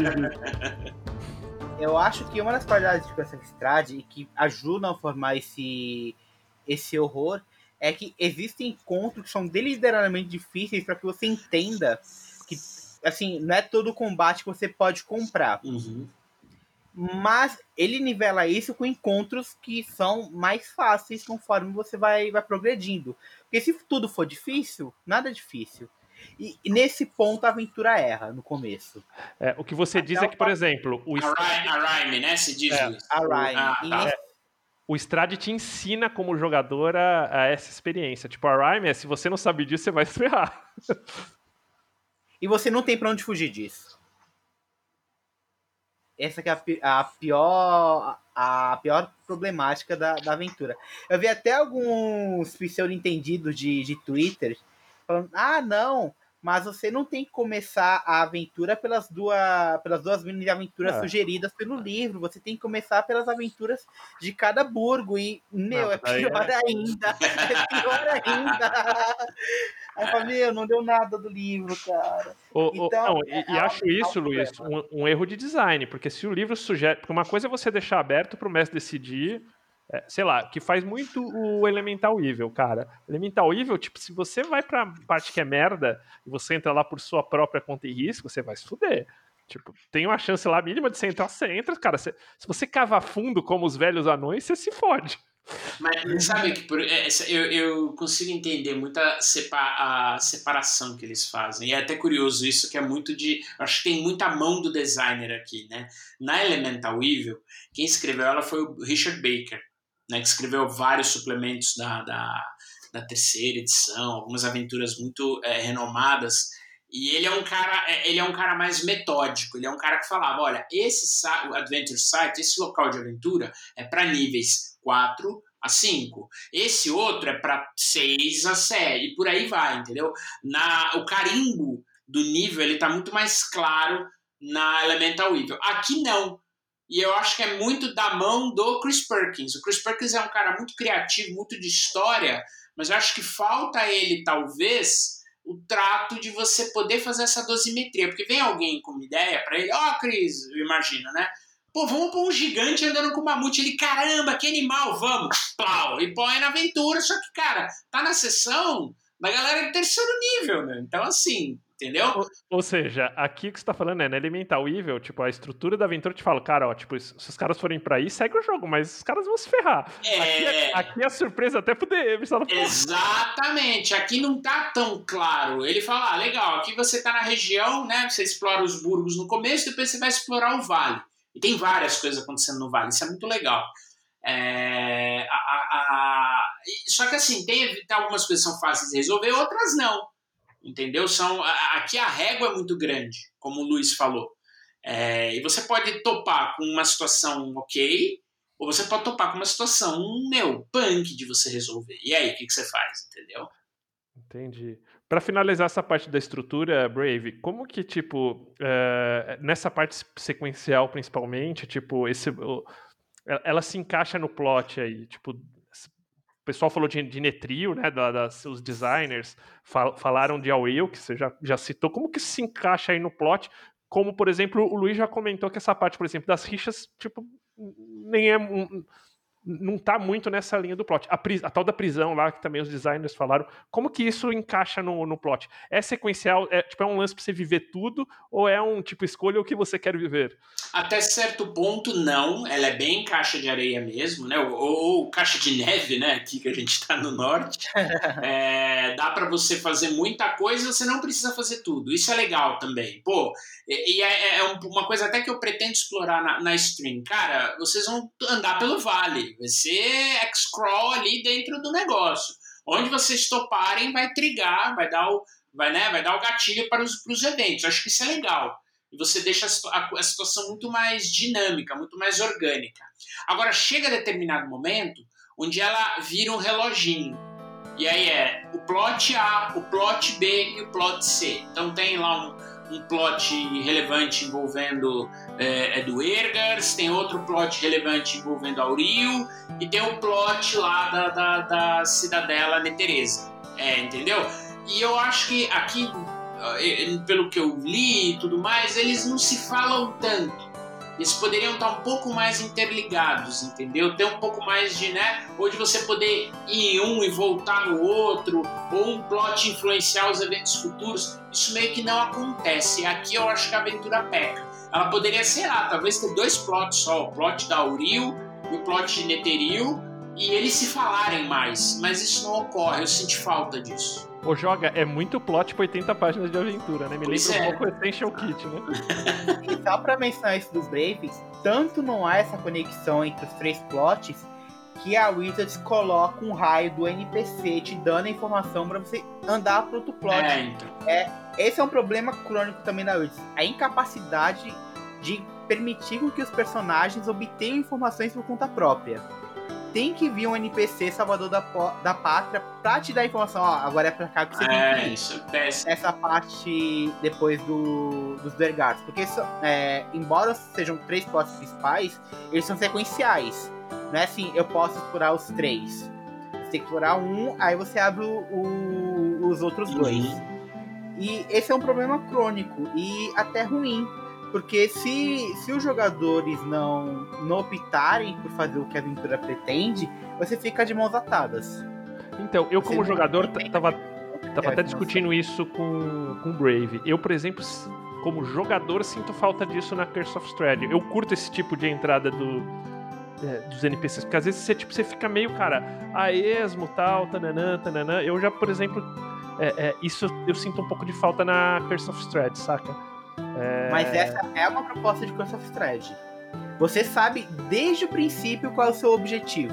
Eu acho que uma das qualidades de Quest of Strahd e que ajudam a formar esse horror é que existem encontros que são deliberadamente difíceis para que você entenda que, assim, não é todo combate que você pode comprar. Uhum. Mas ele nivela isso com encontros que são mais fáceis conforme você vai progredindo. Porque se tudo for difícil, nada é difícil. E nesse ponto a aventura erra no começo. O que você diz é que, por exemplo... A Rhyme, né? Se diz isso. A Rhyme. O Strahd te ensina como jogador a essa experiência. Tipo, a Rhyme se você não sabe disso, você vai se ferrar. E você não tem pra onde fugir disso. essa que é a pior problemática da aventura. Eu vi até alguns pseudo-entendidos de Twitter falando, não, mas você não tem que começar a aventura pelas duas mini de aventuras sugeridas pelo livro, você tem que começar pelas aventuras de cada burgo, e, é pior ainda, é pior ainda. Aí eu falei, não deu nada do livro, cara. Então, acho isso, Luiz, um erro de design, porque se o livro sugere... Porque uma coisa é você deixar aberto pro mestre decidir, sei lá, que faz muito o Elemental Evil, cara. Elemental Evil, tipo, se você vai pra parte que é merda, e você entra lá por sua própria conta e risco, você vai se fuder. Tipo, tem uma chance lá mínima de você entrar, você entra, cara. Se você cavar fundo como os velhos anões, você se fode. Mas sabe que eu consigo entender muita a separação que eles fazem. E é até curioso isso, que é muito de... Acho que tem muita mão do designer aqui, né? Na Elemental Evil, quem escreveu ela foi o Richard Baker, né? Que escreveu vários suplementos da terceira edição, algumas aventuras muito renomadas. E ele é um cara mais metódico. Ele é um cara que falava, olha, esse Adventure Site, esse local de aventura é para níveis 4 a 5. Esse outro é para 6 a 7. E por aí vai, entendeu? O carimbo do nível ele tá muito mais claro na Elemental Evil. Aqui não. E eu acho que é muito da mão do Chris Perkins. O Chris Perkins é um cara muito criativo, muito de história, mas eu acho que falta a ele, talvez, o trato de você poder fazer essa dosimetria. Porque vem alguém com uma ideia para ele, Chris, eu imagino, né? Pô, vamos pôr um gigante andando com um mamute. Ele, caramba, que animal, vamos. Pau, e põe na aventura. Só que, cara, tá na sessão da galera de terceiro nível, né? Então, assim, entendeu? Ou seja, aqui o que você tá falando na Elemental Evil, tipo, a estrutura da aventura te fala, cara, ó, tipo, se os caras forem pra aí, segue o jogo, mas os caras vão se ferrar. Aqui é a surpresa até pro DM. Exatamente, aqui não tá tão claro. Ele fala, legal, aqui você tá na região, né, você explora os burgos no começo, depois você vai explorar o vale. E tem várias coisas acontecendo no vale, isso é muito legal. Só que assim, tem algumas coisas que são fáceis de resolver, outras não. Entendeu? Aqui a régua é muito grande, como o Luiz falou. E você pode topar com uma situação ok, ou você pode topar com uma situação, punk de você resolver. E aí, o que você faz? Entendeu? Entendi. Para finalizar essa parte da estrutura, Brave, como que, tipo, nessa parte sequencial, principalmente, tipo, ela se encaixa no plot aí, tipo, o pessoal falou de Netrio, né, os designers falaram de Aureal, que você já citou, como que se encaixa aí no plot? Como, por exemplo, o Luiz já comentou que essa parte, por exemplo, das rixas, tipo, nem é... não tá muito nessa linha do plot. A tal da prisão lá, que também os designers falaram, como que isso encaixa no plot? É sequencial, é um lance pra você viver tudo, ou é um tipo, escolha o que você quer viver? Até certo ponto, não. Ela é bem caixa de areia mesmo, né? Ou caixa de neve, né? Aqui que a gente tá no norte. Dá pra você fazer muita coisa, você não precisa fazer tudo. Isso é legal também. Pô, e uma coisa até que eu pretendo explorar na stream. Cara, vocês vão andar pelo vale. Vai ser X-Crawl ali dentro do negócio. Onde vocês toparem, vai trigar, vai dar o gatilho para os eventos. Acho que isso é legal. E você deixa a situação muito mais dinâmica, muito mais orgânica. Agora, chega a determinado momento onde ela vira um reloginho. E aí é o plot A, o plot B e o plot C. Então tem lá um plot relevante envolvendo do Ergars, tem outro plot relevante envolvendo Auril, e tem o plot lá da Cidadela Neteresa. Entendeu? E eu acho que aqui, pelo que eu li e tudo mais, eles não se falam tanto. Eles poderiam estar um pouco mais interligados, entendeu? Ter um pouco mais de, né? Ou de você poder ir em um e voltar no outro, ou um plot influenciar os eventos futuros. Isso meio que não acontece. Aqui eu acho que a aventura peca. Ela poderia, sei lá, talvez ter 2 plots só. O plot da Auril e o plot de Netheril, e eles se falarem mais. Mas isso não ocorre, eu senti falta disso. O Joga é muito plot por 80 páginas de aventura, né? Me lembra um pouco o Essential Kit, né? E só pra mencionar isso dos Braves, tanto não há essa conexão entre os 3 plots, que a Wizards coloca um raio do NPC te dando a informação pra você andar pro outro plot. Então. Esse é um problema crônico também da Wizards. A incapacidade de permitir que os personagens obtenham informações por conta própria. Tem que vir um NPC salvador da pátria pra te dar informação. Ó, agora é pra cá que você tem que ir. Isso é Essa parte depois dos Dwergards. Porque, embora sejam 3 plots principais, eles são sequenciais. Não é assim, eu posso explorar os 3. Você tem que explorar um, aí você abre os outros 2. E esse é um problema crônico e até ruim. Porque se os jogadores não optarem por fazer o que a aventura pretende, você fica de mãos atadas. Então, eu como jogador tava até nossa. discutindo isso com o Brave. Eu, por exemplo, como jogador, sinto falta disso na Curse of Strahd. Eu curto esse tipo de entrada dos NPCs, porque às vezes você fica meio, cara, a esmo, tal, tananã. Eu já, por exemplo, isso eu sinto um pouco de falta na Curse of Strahd, saca? Mas essa é uma proposta de Curse of Strahd. Você sabe desde o princípio qual é o seu objetivo.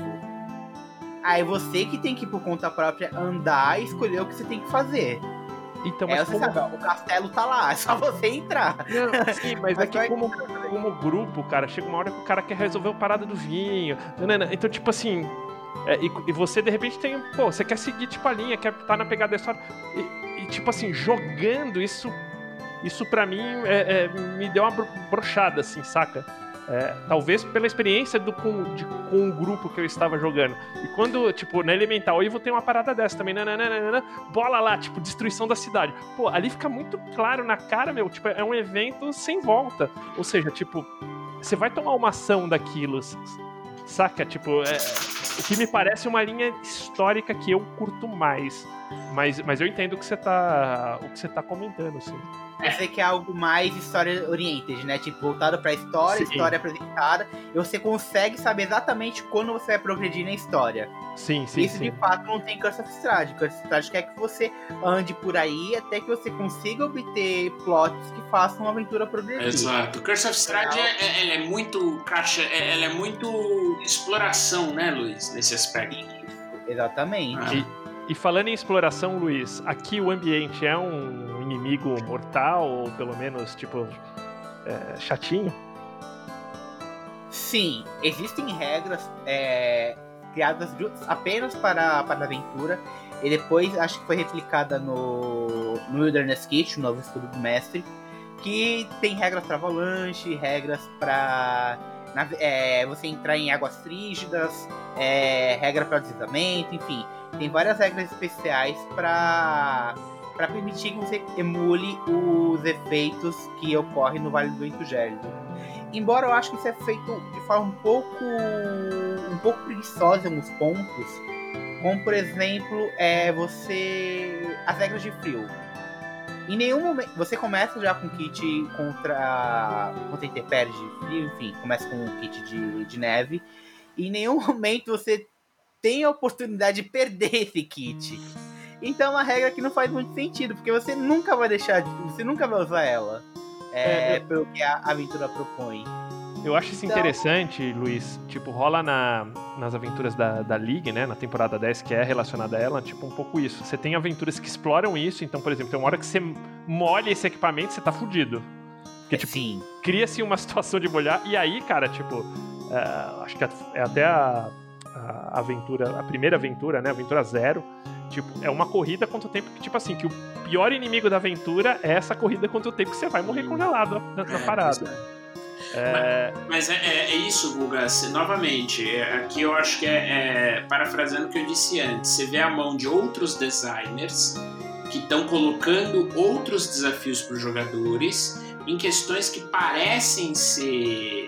Aí você que tem que, por conta própria, andar e escolher o que você tem que fazer. Então, mas você sabe, ó, o castelo tá lá, é só você entrar. Não, sim, mas é que como grupo, cara, chega uma hora que o cara quer resolver a parada do vinho. Então, tipo assim... e você, de repente, você quer seguir, tipo, a linha, quer estar na pegada da história. E tipo assim, jogando isso pra mim me deu uma brochada, assim, saca? Talvez pela experiência com o grupo que eu estava jogando. E quando, tipo, na Elemental Evil tem uma parada dessa também, bola lá, tipo, destruição da cidade. Pô, ali fica muito claro na cara, meu, tipo, é um evento sem volta. Ou seja, tipo, você vai tomar uma ação daquilo, saca? Tipo, o que me parece uma linha histórica que eu curto mais. Mas eu entendo o que você tá comentando, assim. Você quer algo mais história-oriented, né? Tipo, voltado pra história, história apresentada. E você consegue saber exatamente quando você vai progredir na história. Sim. Isso, de fato, não tem Curse of Strahd. Curse of Strahd quer que você ande por aí até que você consiga obter plots que façam uma aventura progredir. Exato. Curse of Strahd ela é muito caixa, ela é muito exploração, né, Luiz? Nesse aspecto. Isso, exatamente. E falando em exploração, Luiz, aqui o ambiente é um inimigo mortal, ou pelo menos, tipo, chatinho? Sim, existem regras criadas apenas para a aventura, e depois acho que foi replicada no Wilderness Kit, o novo estudo do mestre, que tem regras para avalanche, regras para você entrar em águas frígidas, regra para deslizamento, enfim. Tem várias regras especiais para permitir que você emule os efeitos que ocorrem no Vale do Vento Gélido. Embora eu acho que isso é feito de forma um pouco preguiçosa em alguns pontos, como por exemplo, as regras de frio. Em nenhum momento você começa já com kit contra intempéries de frio, enfim, começa com um kit de neve, e em nenhum momento você tem a oportunidade de perder esse kit. Então é uma regra que não faz muito sentido, porque você nunca vai usar ela. Pelo que a aventura propõe. Eu acho isso interessante, Luiz. Tipo, rola nas aventuras da League, né? Na temporada 10, que é relacionada a ela, tipo, um pouco isso. Você tem aventuras que exploram isso, então, por exemplo, tem uma hora que você molha esse equipamento, você tá fudido. Porque, tipo, cria-se uma situação de molhar, e aí, cara, tipo, acho que é até a aventura, a primeira aventura, né? Aventura 0. Tipo, é uma corrida contra o tempo que, tipo assim, que o pior inimigo da aventura é essa corrida contra o tempo que você vai morrer congelado na parada. Mas é isso, Guga. Novamente, aqui eu acho que parafraseando o que eu disse antes, você vê a mão de outros designers que estão colocando outros desafios para os jogadores em questões que parecem ser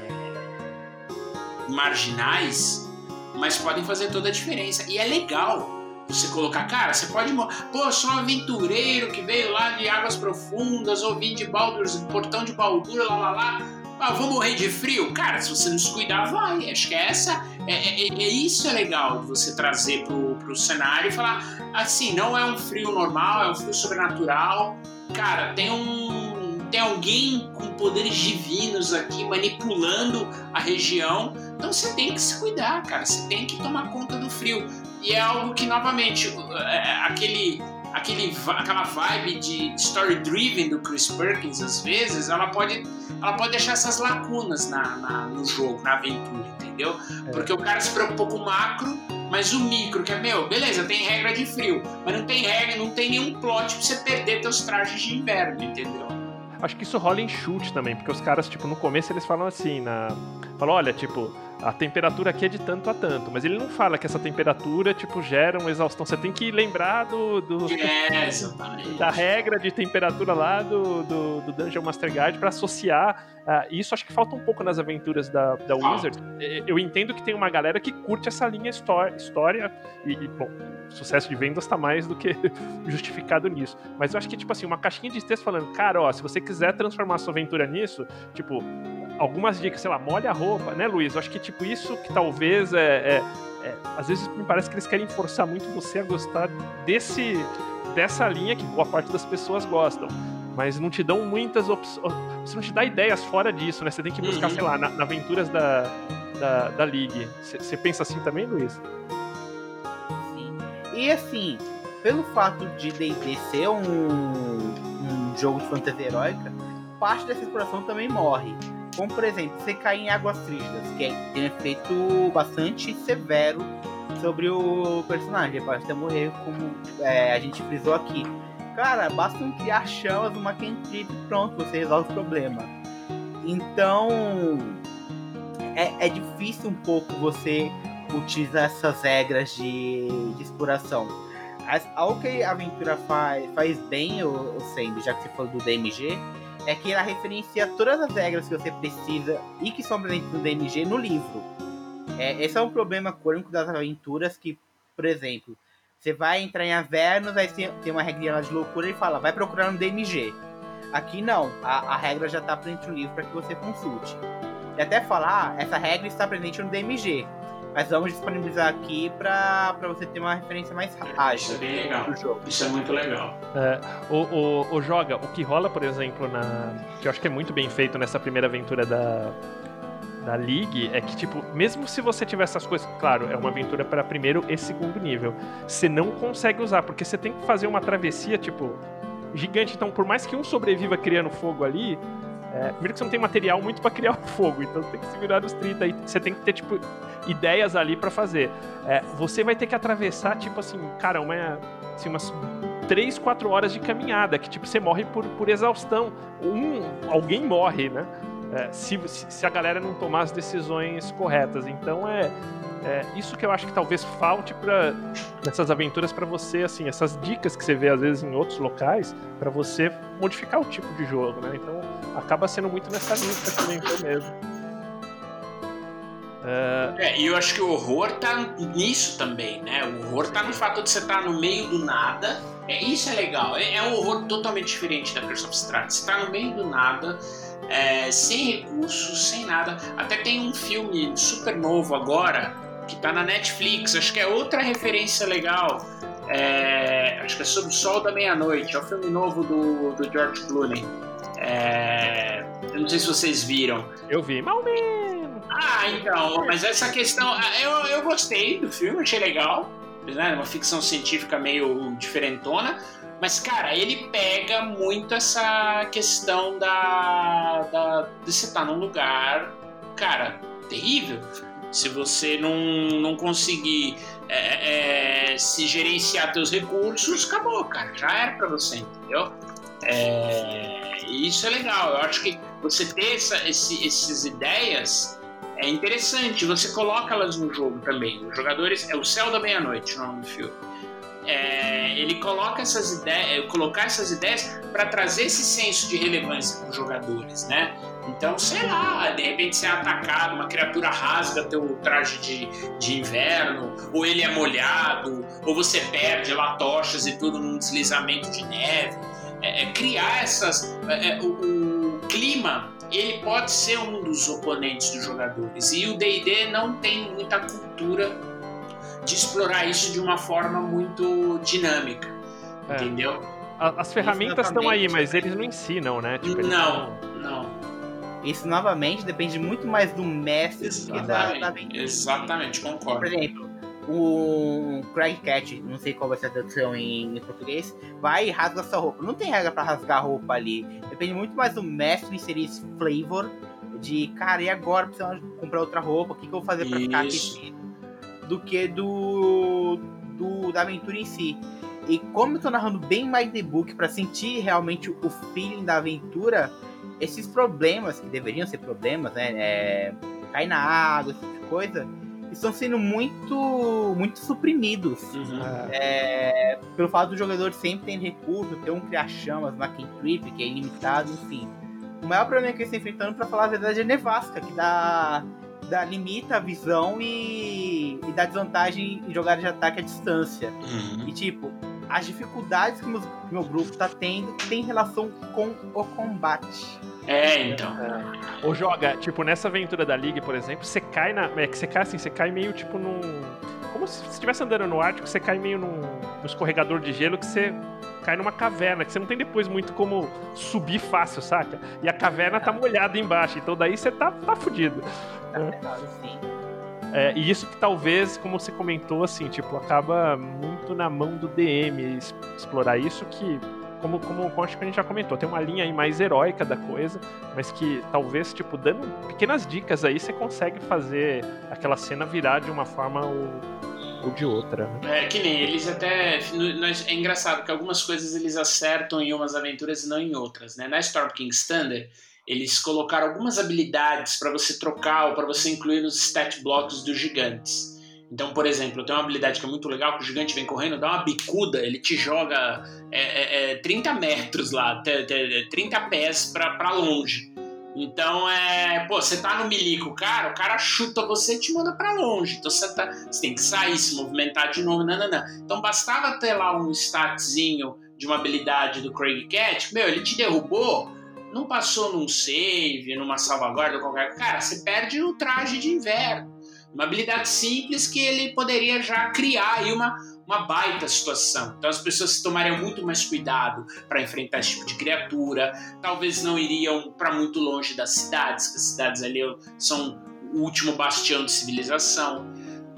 marginais, mas podem fazer toda a diferença. E é legal você colocar, cara, você pode... Pô, sou um aventureiro que veio lá de Águas Profundas, ou vim de Baldur's, Portão de Baldur, eu vou morrer de frio? Cara, se você não se cuidar, vai. Acho que isso é legal de você trazer pro cenário e falar, assim, não é um frio normal, é um frio sobrenatural. Cara, tem alguém com poderes divinos aqui manipulando a região. Então você tem que se cuidar, cara. Você tem que tomar conta do frio. E é algo que, novamente, aquela vibe de story-driven do Chris Perkins, às vezes, ela pode deixar essas lacunas no jogo, na aventura, entendeu? Porque o cara se preocupou com o macro, mas o micro, que é, beleza, tem regra de frio, mas não tem regra, não tem nenhum plot pra você perder teus trajes de inverno, entendeu? Acho que isso rola em chute também, porque os caras, tipo, no começo eles falam assim, falam, olha, tipo, a temperatura aqui é de tanto a tanto, mas ele não fala que essa temperatura, tipo, gera uma exaustão. Você tem que lembrar da regra de temperatura lá do Dungeon Master Guide pra associar. E isso acho que falta um pouco nas aventuras da Wizards. Eu entendo que tem uma galera que curte essa linha história e bom, o sucesso de vendas tá mais do que justificado nisso. Mas eu acho que, tipo assim, uma caixinha de texto falando, cara, ó, se você quiser transformar sua aventura nisso, tipo, algumas dicas, sei lá, molha a roupa, né, Luiz? Eu acho que, tipo, isso que talvez às vezes me parece que eles querem forçar muito você a gostar dessa linha que boa parte das pessoas gostam. Mas não te dão muitas opções. Você não te dá ideias fora disso, né? Você tem que buscar, sei lá, na aventuras da League. Você pensa assim também, Luiz? Sim. E assim, pelo fato de D&D ser um jogo de fantasia heróica, parte dessa exploração também morre. Como, por exemplo, você cair em Águas Frígidas, que tem um efeito bastante severo sobre o personagem. Ele pode até morrer, como a gente frisou aqui. Cara, basta criar chamas, uma cantrip e pronto, você resolve o problema. Então, é difícil um pouco você utilizar essas regras de exploração. Algo que a aventura faz bem, o Sandy, já que você falou do DMG, é que ela referencia todas as regras que você precisa e que são presentes no DMG no livro. Esse é um problema crônico das aventuras que, por exemplo, você vai entrar em Avernus, aí tem uma regrinha lá de loucura e fala, vai procurar no DMG. Aqui não, a regra já está presente no livro para que você consulte. E até falar, essa regra está presente no DMG, mas vamos disponibilizar aqui para você ter uma referência mais ágil. Isso é bem legal, do jogo. Isso é muito legal. O Joga, o que rola, por exemplo, que eu acho que é muito bem feito nessa primeira aventura da League, é que, tipo, mesmo se você tiver essas coisas, claro, é uma aventura para primeiro e segundo nível, você não consegue usar, porque você tem que fazer uma travessia, tipo, gigante. Então, por mais que um sobreviva criando fogo ali, primeiro que você não tem material muito para criar o fogo, então você tem que se virar os 30, aí você tem que ter, tipo, ideias ali para fazer. Você vai ter que atravessar, tipo assim, cara, umas 3, 4 horas de caminhada, que, tipo, você morre por exaustão. Alguém morre, né? Se a galera não tomar as decisões corretas. Então isso que eu acho que talvez falte nessas aventuras para você, assim, essas dicas que você vê às vezes em outros locais, para você modificar o tipo de jogo, né? Então acaba sendo muito nessa lista que você comentou mesmo. E eu acho que o horror tá nisso também, né? O horror tá no fato de você estar no meio do nada. Isso é legal. É um horror totalmente diferente da Curse of Strahd. Você tá no meio do nada, sem recursos, sem nada. Até tem um filme super novo agora, que tá na Netflix. Acho que é outra referência legal. Acho que é sobre o Sol da Meia-Noite. É o filme novo do George Clooney. Eu não sei se vocês viram. Eu vi, mal menos. Então, mas essa questão, eu gostei do filme, achei legal, né? Uma ficção científica meio diferentona, mas, cara, ele pega muito essa questão de você estar num lugar, cara, terrível. Se você não conseguir se gerenciar teus recursos, acabou, cara, já era pra você, entendeu? Isso é legal, eu acho que você ter essas ideias é interessante, você coloca elas no jogo também. Os jogadores, o Céu da Meia-Noite, o nome do filme. Ele coloca colocar essas ideias para trazer esse senso de relevância para os jogadores, né? Então, sei lá, de repente você é atacado, uma criatura rasga teu traje de inverno, ou ele é molhado, ou você perde lá tochas e tudo num deslizamento de neve. Criar o clima, ele pode ser um dos oponentes dos jogadores, e o D&D não tem muita cultura de explorar isso de uma forma muito dinâmica, entendeu? As ferramentas estão aí, mas eles não ensinam, né? Tipo, não. Isso, novamente, depende muito mais do mestre do que da aventura. Exatamente, concordo. Por exemplo, um Craig Cat, não sei qual vai ser a tradução em português, vai e rasga sua roupa. Não tem regra pra rasgar a roupa ali. Depende muito mais do mestre inserir esse flavor de, cara, e agora? Precisa comprar outra roupa, o que eu vou fazer pra ficar aquecido? Do que da aventura em si. E como eu tô narrando bem mais the book pra sentir realmente o feeling da aventura, esses problemas, que deveriam ser problemas, né? Cair na água, esse tipo de coisa, estão sendo muito suprimidos. Pelo fato do jogador sempre ter recurso, ter um criar-chamas, uma cantrip, que é ilimitado, enfim. O maior problema que eles estão enfrentando, pra falar a verdade, é Nevasca, que limita a visão e dá desvantagem em jogadas de ataque à distância. E tipo, as dificuldades que meu grupo tá tendo tem relação com o combate. Então. Ou joga, tipo, nessa aventura da League, por exemplo, você cai você cai meio tipo num... Como se você estivesse andando no Ártico, você cai meio num escorregador de gelo, que você cai numa caverna, que você não tem depois muito como subir fácil, saca? E a caverna tá molhada embaixo, então daí você tá fudido. Sim. E isso que talvez, como você comentou, assim, tipo, acaba muito na mão do DM explorar isso, que, como acho que a gente já comentou, tem uma linha aí mais heróica da coisa, mas que talvez, tipo, dando pequenas dicas aí, você consegue fazer aquela cena virar de uma forma ou de outra, né? Que nem eles até... É engraçado que algumas coisas eles acertam em umas aventuras e não em outras, né? Na Storm King's Thunder, eles colocaram algumas habilidades para você trocar ou para você incluir nos stat blocks dos gigantes. Então, por exemplo, eu tenho uma habilidade que é muito legal, que o gigante vem correndo, dá uma bicuda, ele te joga 30 metros lá, 30 pés para longe. Então, você tá no melee com o cara chuta você e te manda pra longe. Então você tem que sair, se movimentar de novo, não. Então bastava ter lá um statzinho de uma habilidade do Craig Cat, ele te derrubou, não passou num save, numa salvaguarda, qualquer... Cara, você perde o traje de inverno. Uma habilidade simples que ele poderia já criar aí uma baita situação. Então as pessoas tomariam muito mais cuidado para enfrentar esse tipo de criatura, talvez não iriam para muito longe das cidades, que as cidades ali são o último bastião de civilização.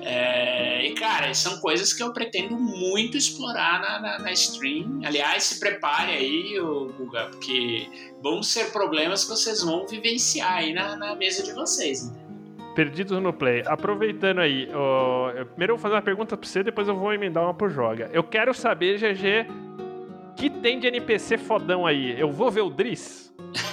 E cara, são coisas que eu pretendo muito explorar na stream. Aliás, se prepare aí, Guga, porque vão ser problemas que vocês vão vivenciar aí na mesa de vocês, entendeu? Perdidos no Play. Aproveitando aí, primeiro eu vou fazer uma pergunta pra você, depois eu vou emendar uma pro Joga. Eu quero saber, GG, que tem de NPC fodão aí? Eu vou ver o Driss?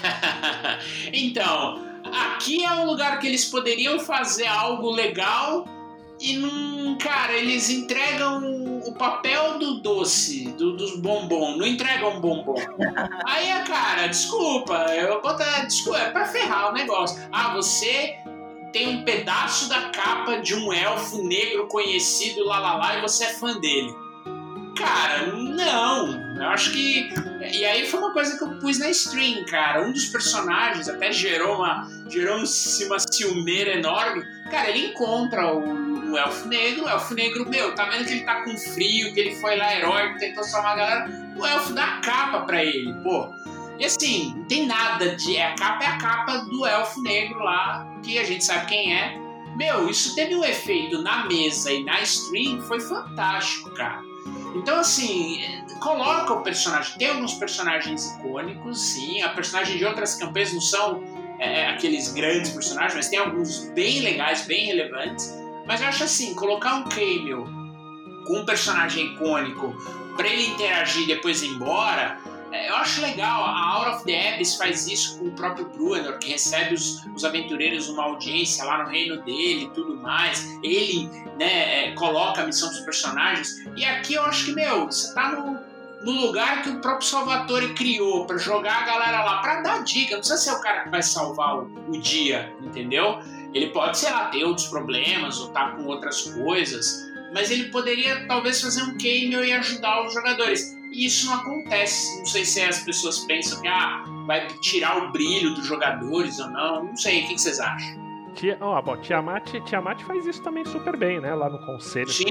Então, aqui é um lugar que eles poderiam fazer algo legal e não... Cara, eles entregam o papel do doce, dos bombom, não entregam bombom. Aí, cara, desculpa, é pra ferrar o negócio. Você... tem um pedaço da capa de um elfo negro conhecido e você é fã dele. Cara, não. Eu acho que... E aí foi uma coisa que eu pus na stream, cara. Um dos personagens até gerou uma ciumeira enorme. Cara, ele encontra o elfo negro. O elfo negro, tá vendo que ele tá com frio, que ele foi lá heróico, tentou salvar a galera. O elfo dá a capa pra ele, pô. E assim, não tem nada de... A capa do elfo negro lá, que a gente sabe quem é. Isso teve um efeito na mesa e na stream, foi fantástico, cara. Então, assim, coloca o personagem. Tem alguns personagens icônicos, sim. A personagem de outras campanhas não são aqueles grandes personagens, mas tem alguns bem legais, bem relevantes. Mas eu acho assim, colocar um cameo com um personagem icônico pra ele interagir e depois ir embora... Eu acho legal, a Out of the Abyss faz isso com o próprio Bruenor, que recebe os aventureiros numa audiência lá no reino dele e tudo mais. Ele, coloca a missão dos personagens. E aqui eu acho que, você tá no lugar que o próprio Salvatore criou pra jogar a galera lá, pra dar dica. Não precisa ser o cara que vai salvar o dia, entendeu? Ele pode, sei lá, ter outros problemas ou tá com outras coisas, mas ele poderia talvez fazer um cameo e ajudar os jogadores. E isso não acontece. Não sei se as pessoas pensam que vai tirar o brilho dos jogadores ou não. Não sei, o que vocês acham? Tiamat faz isso também super bem, né? Lá no conselho. Sim.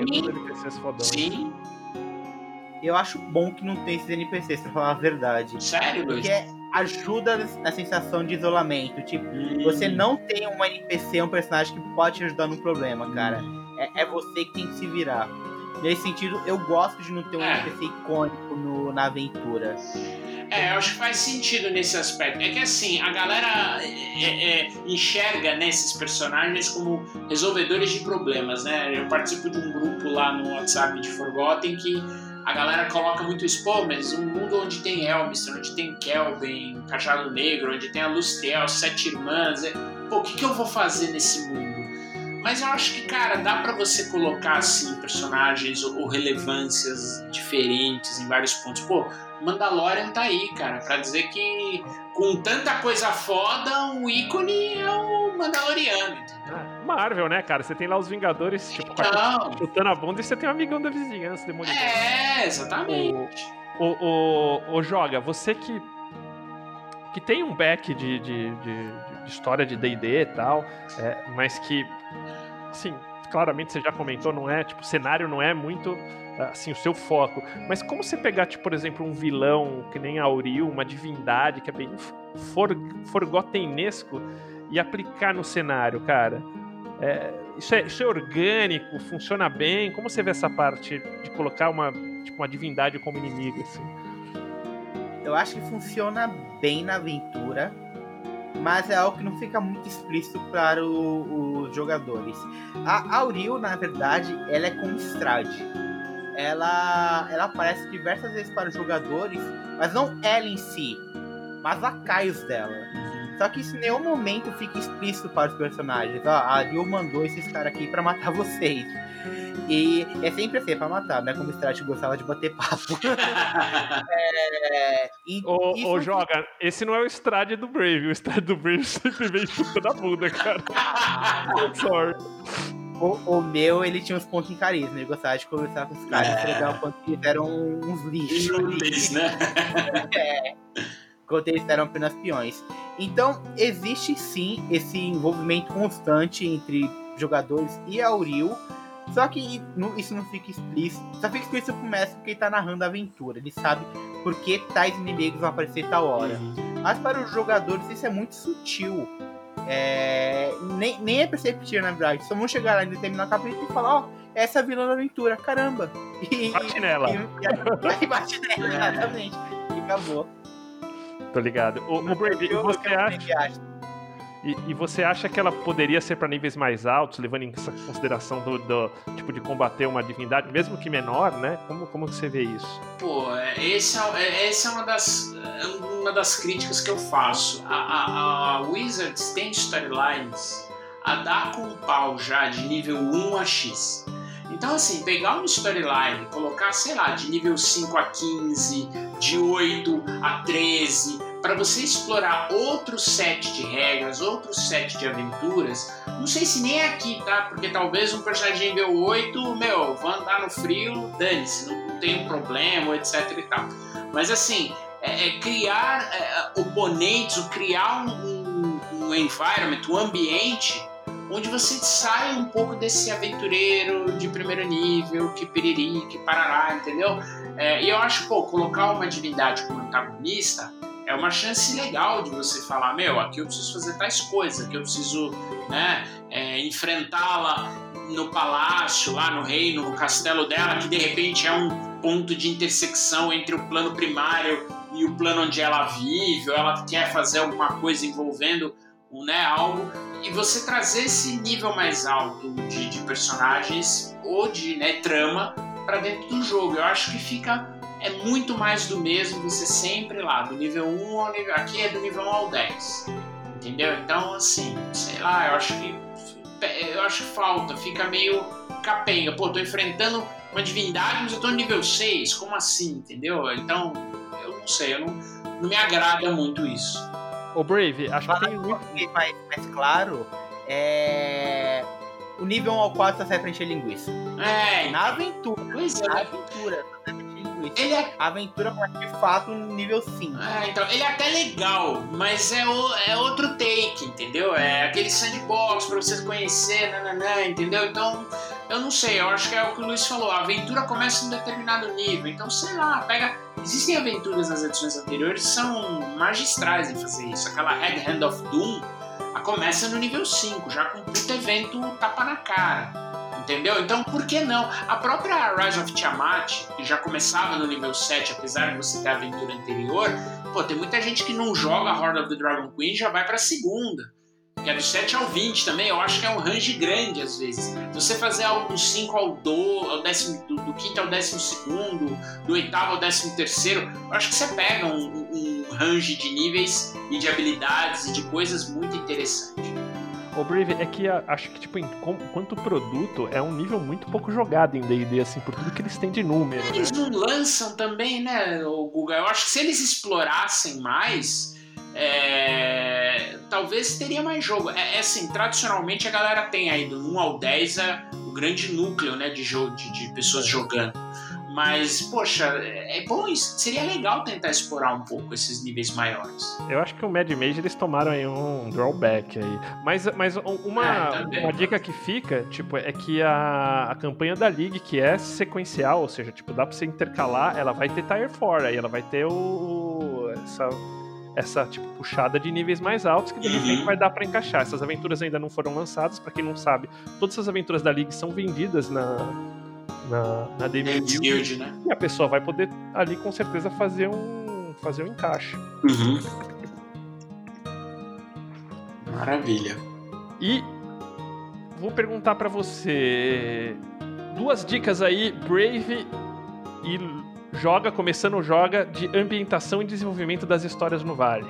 Eu acho bom que não tem esses NPCs, pra falar a verdade. Sério, Luiz? Porque ajuda na sensação de isolamento. Tipo, você não tem um NPC, um personagem que pode te ajudar no problema, cara. É você que tem que se virar. Nesse sentido, eu gosto de não ter um NPC icônico na aventura. Eu acho que faz sentido nesse aspecto. É que assim, a galera enxerga, né, esses personagens como resolvedores de problemas, né? Eu participo de um grupo lá no WhatsApp de Forgotten que a galera coloca muito isso, pô, mas um mundo onde tem Elmiston, onde tem Kelvin, Cajado Negro, onde tem a Lustiel, 7 irmãs, pô, o que eu vou fazer nesse mundo? Mas eu acho que, cara, dá pra você colocar, assim, personagens ou relevâncias diferentes em vários pontos. Pô, Mandalorian tá aí, cara, pra dizer que com tanta coisa foda, o ícone é o Mandaloriano, entendeu? Marvel, né, cara? Você tem lá os Vingadores, tipo, chutando a bunda, e você tem um amigão da vizinhança, Demolidor. Exatamente. O Joga, você que tem um back de história de D&D e tal, mas que, assim, claramente você já comentou, não é, tipo, o cenário não é muito, assim, o seu foco. Mas como você pegar, tipo, por exemplo, um vilão que nem Auril, uma divindade que é bem forgotenesco, e aplicar no cenário, cara? Isso é orgânico, funciona bem? Como você vê essa parte de colocar uma divindade como inimigo, assim? Eu acho que funciona bem na aventura, mas é algo que não fica muito explícito para os jogadores. A Auril, na verdade, ela é como Strahd. Ela aparece diversas vezes para os jogadores, mas não ela em si, mas lacaios dela. Só que isso em nenhum momento fica explícito para os personagens. A Auril mandou esses caras aqui para matar vocês. E é sempre assim, pra matar, né? Como o Strahd gostava de bater papo. Ô, Joga, esse não é o Strahd do Brave. O Strahd do Brave sempre vem chutando a bunda, cara. Sorry. O meu, ele tinha uns pontos em carisma. Ele gostava de conversar com os caras. Isso é legal quando eles eram uns lixos. Inúteis, né? Quando eles eram apenas peões. Então, existe sim esse envolvimento constante entre jogadores e Auril. Só que isso não fica explícito. Só fica explícito pro mestre porque ele tá narrando a aventura. Ele sabe por que tais inimigos vão aparecer tal hora. Mas para os jogadores isso é muito sutil. Nem é perceptível, na verdade. Só vão chegar lá em determinado capítulo e falar, essa é a vilã da aventura, caramba. Bate nela. E bate nela, exatamente. E acabou. Tô ligado. O Brave, você acha... E você acha que ela poderia ser para níveis mais altos, levando em consideração do tipo de combater uma divindade, mesmo que menor, né? Como você vê isso? Pô, essa é uma das críticas que eu faço. A Wizards tem storylines a dar com o pau já de nível 1 a X. Então, assim, pegar uma storyline, colocar, sei lá, de nível 5 a 15, de 8 a 13... para você explorar outro set de regras, outro set de aventuras, não sei se nem aqui, tá? Porque talvez um personagem nível 8, vou andar no frio, dane-se, não tem um problema, etc e tal. Mas assim, criar oponentes, ou criar um environment, um ambiente, onde você sai um pouco desse aventureiro de primeiro nível, que piriri, que parará, entendeu? E eu acho, colocar uma divindade como antagonista é uma chance legal de você falar, aqui eu preciso fazer tais coisas, aqui eu preciso, enfrentá-la no palácio, lá no reino, no castelo dela, que de repente é um ponto de intersecção entre o plano primário e o plano onde ela vive, ou ela quer fazer alguma coisa envolvendo algo, e você trazer esse nível mais alto de personagens ou de trama para dentro do jogo. Eu acho que é muito mais do mesmo, você sempre lá, do nível 1 ao nível... Aqui é do nível 1 ao 10, entendeu? Então, assim, sei lá, eu acho que falta, fica meio capenga. Pô, tô enfrentando uma divindade, mas eu tô no nível 6, como assim, entendeu? Então, eu não sei, não me agrada muito isso. Ô, Brave, acho que tem muito... mais claro, o nível 1 ao 4 tá certo pra encher linguiça. Na aventura. Pois na é. aventura. Ele A aventura pode de fato nível 5. Então, ele é até legal, mas é outro take, entendeu? É aquele sandbox pra você conhecer, entendeu? Então, eu não sei, eu acho que é o que o Luiz falou, a aventura começa em um determinado nível, então, sei lá, existem aventuras nas edições anteriores que são magistrais em fazer isso. Aquela Red Hand of Doom começa no nível 5, já com um puto evento tapa na cara. Entendeu? Então, por que não? A própria Rise of Tiamat, que já começava no nível 7, apesar de você ter a aventura anterior, pô, tem muita gente que não joga Horde of the Dragon Queen e já vai pra segunda. Que é do 7 ao 20 também, eu acho que é um range grande às vezes. Se você fazer algo do 5 ao 10, do 5º ao 12º, do 8º ao 13º, eu acho que você pega um range de níveis e de habilidades e de coisas muito interessantes. O Brave, é que acho que, tipo, enquanto produto, é um nível muito pouco jogado em D&D, assim, por tudo que eles têm de número, Eles né? não lançam também, né, o Guga? Eu acho que se eles explorassem mais, talvez teria mais jogo. Assim, tradicionalmente a galera tem aí do 1 ao 10 o grande núcleo, né, de pessoas jogando. Mas, poxa, é bom isso. Seria legal tentar explorar um pouco esses níveis maiores. Eu acho que o Mad Mage eles tomaram aí um drawback aí. Mas uma dica que fica, tipo, é que a campanha da League, que é sequencial, ou seja, tipo, dá pra você intercalar, ela vai ter Tier 4 aí, ela vai ter essa tipo, puxada de níveis mais altos que de repente vai dar pra encaixar. Essas aventuras ainda não foram lançadas, pra quem não sabe, todas essas aventuras da League são vendidas na DM Guild, né? E a pessoa vai poder ali com certeza fazer um encaixe. Maravilha. E vou perguntar pra você 2 dicas aí, Brave e começando de ambientação e desenvolvimento das histórias no Vale.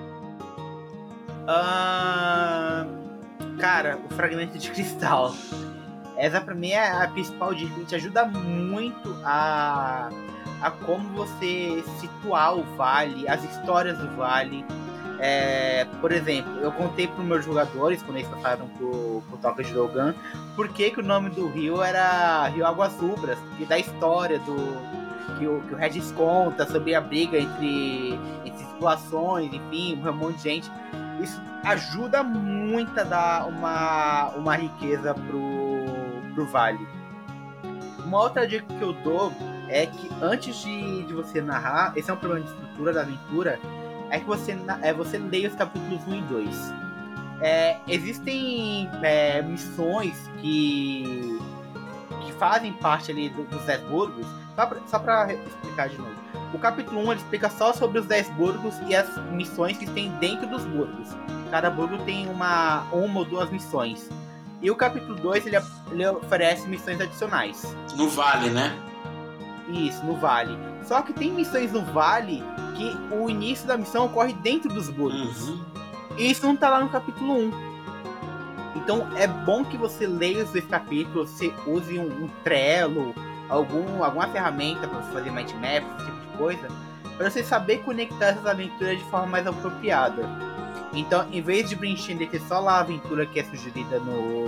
Cara, o Fragmento de Cristal. Essa pra mim é a principal dica, te ajuda muito a como você situar o Vale, as histórias do Vale. Por exemplo, eu contei pros meus jogadores, quando eles passaram pro Toca de Dogan, por que o nome do rio era Rio Águas Rubras, porque da história que o Regis conta sobre a briga entre situações, enfim, um monte de gente. Isso ajuda muito a dar uma riqueza pro Vale. Uma outra dica que eu dou é que antes de você narrar, esse é um problema de estrutura da aventura, é que você leia os capítulos 1 e 2. Existem missões que fazem parte ali dos 10 burgos. Só pra explicar de novo. O capítulo 1 ele explica só sobre os 10 burgos e as missões que tem dentro dos burgos. Cada burgo tem uma ou 2 missões. E o capítulo 2 ele oferece missões adicionais. No Vale, né? Isso, no Vale. Só que tem missões no Vale que o início da missão ocorre dentro dos burgos. E isso não tá lá no capítulo 1. Então é bom que você leia os 2 capítulos, você use um Trello, alguma ferramenta para você fazer mind map, esse tipo de coisa, para você saber conectar essas aventuras de forma mais apropriada. Então, em vez de preencher ter só lá a aventura que é sugerida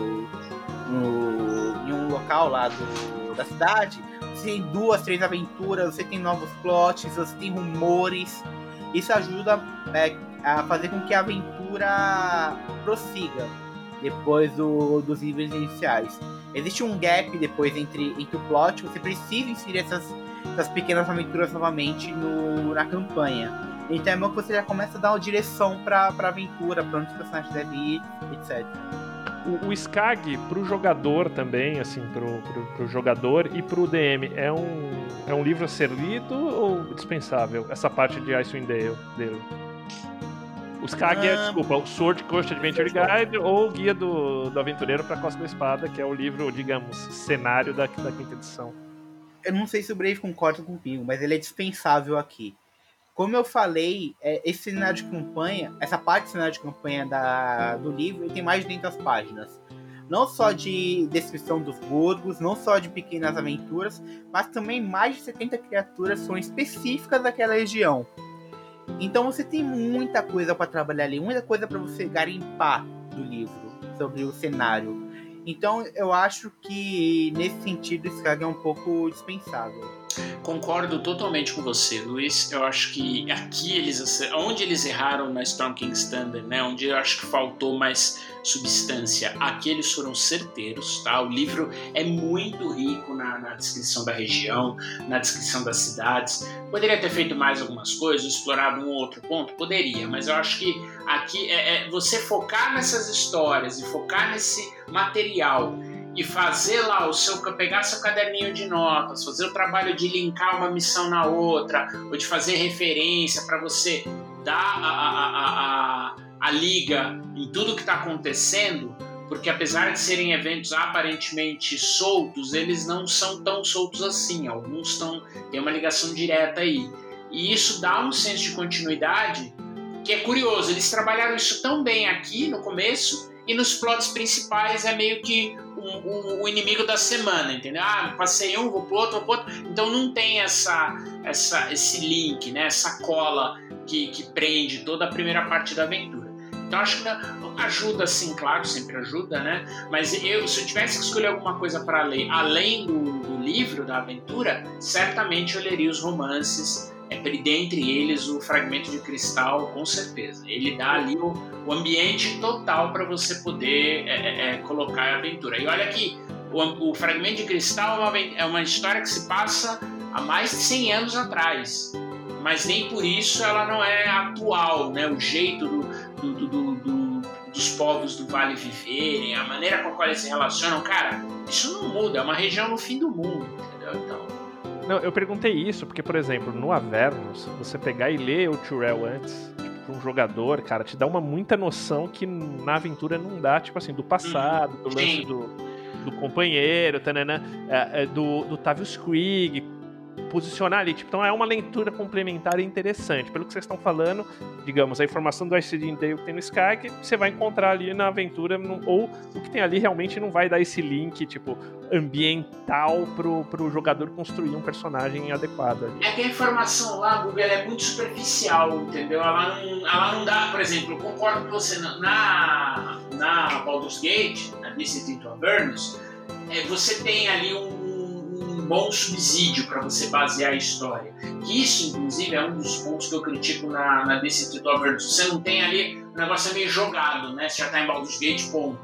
em um local lá da cidade, você tem 2, 3 aventuras, você tem novos plots, você tem rumores. Isso ajuda a fazer com que a aventura prossiga depois dos níveis iniciais. Existe um gap depois entre o plot, você precisa inserir essas pequenas aventuras novamente na campanha. Então é bom que você já começa a dar uma direção pra aventura, pra onde os personagens devem ir, etc. O SCAG pro jogador também, assim, pro jogador e pro DM, é um livro a ser lido ou dispensável? Essa parte de Icewind Dale? O SCAG o Sword Coast Adventure Guide ou o Guia do Aventureiro pra Costa da Espada, que é o livro, digamos, cenário da 5ª edição. Eu não sei se o Brave concorda comigo, mas ele é dispensável aqui. Como eu falei, esse cenário de campanha, essa parte do cenário de campanha do livro, ele tem mais de 200 páginas. Não só de descrição dos burgos, não só de pequenas aventuras, mas também mais de 70 criaturas são específicas daquela região. Então você tem muita coisa para trabalhar ali, muita coisa para você garimpar do livro, sobre o cenário. Então eu acho que nesse sentido esse SCAG é um pouco dispensável. concordo totalmente com você, Luiz. Eu acho que aqui onde eles erraram na Storm King's Thunder, né, onde eu acho que faltou mais substância, aqui eles foram certeiros, tá? O livro é muito rico na descrição da região, na descrição das cidades. Poderia ter feito mais algumas coisas, explorado um ou outro ponto? Poderia, mas eu acho que aqui você focar nessas histórias e focar nesse material e fazer lá pegar seu caderninho de notas, fazer o trabalho de linkar uma missão na outra, ou de fazer referência para você dar a liga em tudo que está acontecendo, porque apesar de serem eventos aparentemente soltos, eles não são tão soltos assim, alguns têm uma ligação direta aí. E isso dá um senso de continuidade que é curioso, eles trabalharam isso tão bem aqui no começo, e nos plots principais é meio que o inimigo da semana, entendeu? Passei um, vou pro outro. Então não tem esse link, né? Essa cola que prende toda a primeira parte da aventura. Então acho que ajuda, sim, claro, sempre ajuda, né? Mas se eu tivesse que escolher alguma coisa para ler, além do livro, da aventura, certamente eu leria os romances, dentre eles o Fragmento de Cristal, com certeza. Ele dá ali o ambiente total para você poder colocar a aventura. E olha que o Fragmento de Cristal é uma história que se passa há mais de 100 anos atrás, mas nem por isso ela não é atual, né? O jeito dos povos do Vale viverem, a maneira com a qual eles se relacionam, cara, isso não muda, é uma região no fim do mundo, entendeu? Então... Não, eu perguntei isso porque, por exemplo, no Avernus, você pegar e ler o Tyrell antes, tipo, um jogador, cara, te dá muita noção que na aventura não dá, tipo assim, do passado, do lance do companheiro, tanana, do Tavius Krieg, posicionar ali, tipo, então é uma leitura complementar e interessante. Pelo que vocês estão falando, digamos, a informação do Icewind Dale que tem no Skype, você vai encontrar ali na aventura, ou o que tem ali realmente não vai dar esse link, tipo, ambiental pro jogador construir um personagem adequado ali. É que a informação lá, Google, é muito superficial, entendeu? Ela não dá, por exemplo, eu concordo com você, na Baldur's Gate, na Descent into Avernus, você tem ali um bom subsídio para você basear a história. Que isso, inclusive, é um dos pontos que eu critico na Descent into Avernus. Você não tem ali, o negócio é meio jogado, né? Você já tá em Baldur's Gate, ponto.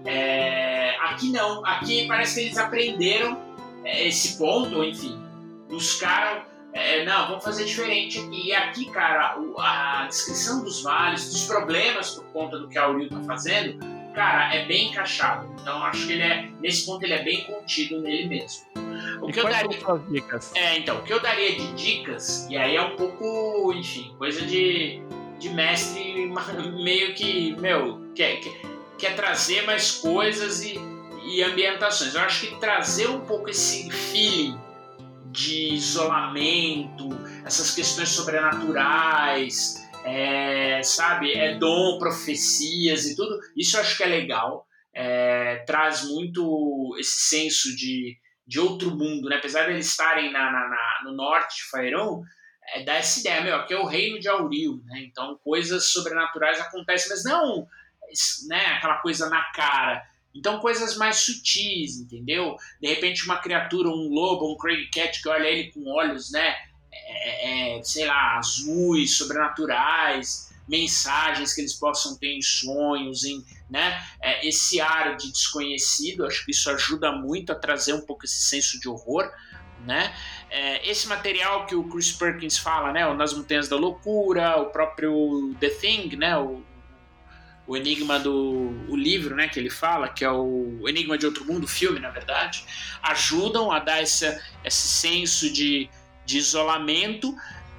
Aqui não. Aqui parece que eles aprenderam esse ponto, ou enfim, buscaram... não, vamos fazer diferente aqui. E aqui, cara, a descrição dos vales, dos problemas por conta do que a Auril tá fazendo, cara, é bem encaixado. Então, acho que nesse ponto ele é bem contido nele mesmo. O que eu daria... são as dicas? Então, o que eu daria de dicas, e aí é um pouco, enfim, coisa de mestre meio que, quer trazer mais coisas e ambientações. Eu acho que trazer um pouco esse feeling de isolamento, essas questões sobrenaturais, sabe, dom, profecias e tudo, isso eu acho que é legal. Traz muito esse senso de outro mundo, né? Apesar de eles estarem no norte de Faerûn, dá essa ideia, aqui é o reino de Auril, né? Então coisas sobrenaturais acontecem, mas não, né, aquela coisa na cara. Então coisas mais sutis, entendeu? De repente uma criatura, um lobo, um Craig Cat que olha ele com olhos, né, sei lá, azuis, sobrenaturais, mensagens que eles possam ter em sonhos, né? Esse ar de desconhecido, acho que isso ajuda muito a trazer um pouco esse senso de horror, né? Esse material que o Chris Perkins fala, né? Nas Montanhas da Loucura, o próprio The Thing, né? O enigma o livro, né? Que ele fala, que é o Enigma de Outro Mundo, o filme, na verdade, ajudam a dar esse senso de isolamento.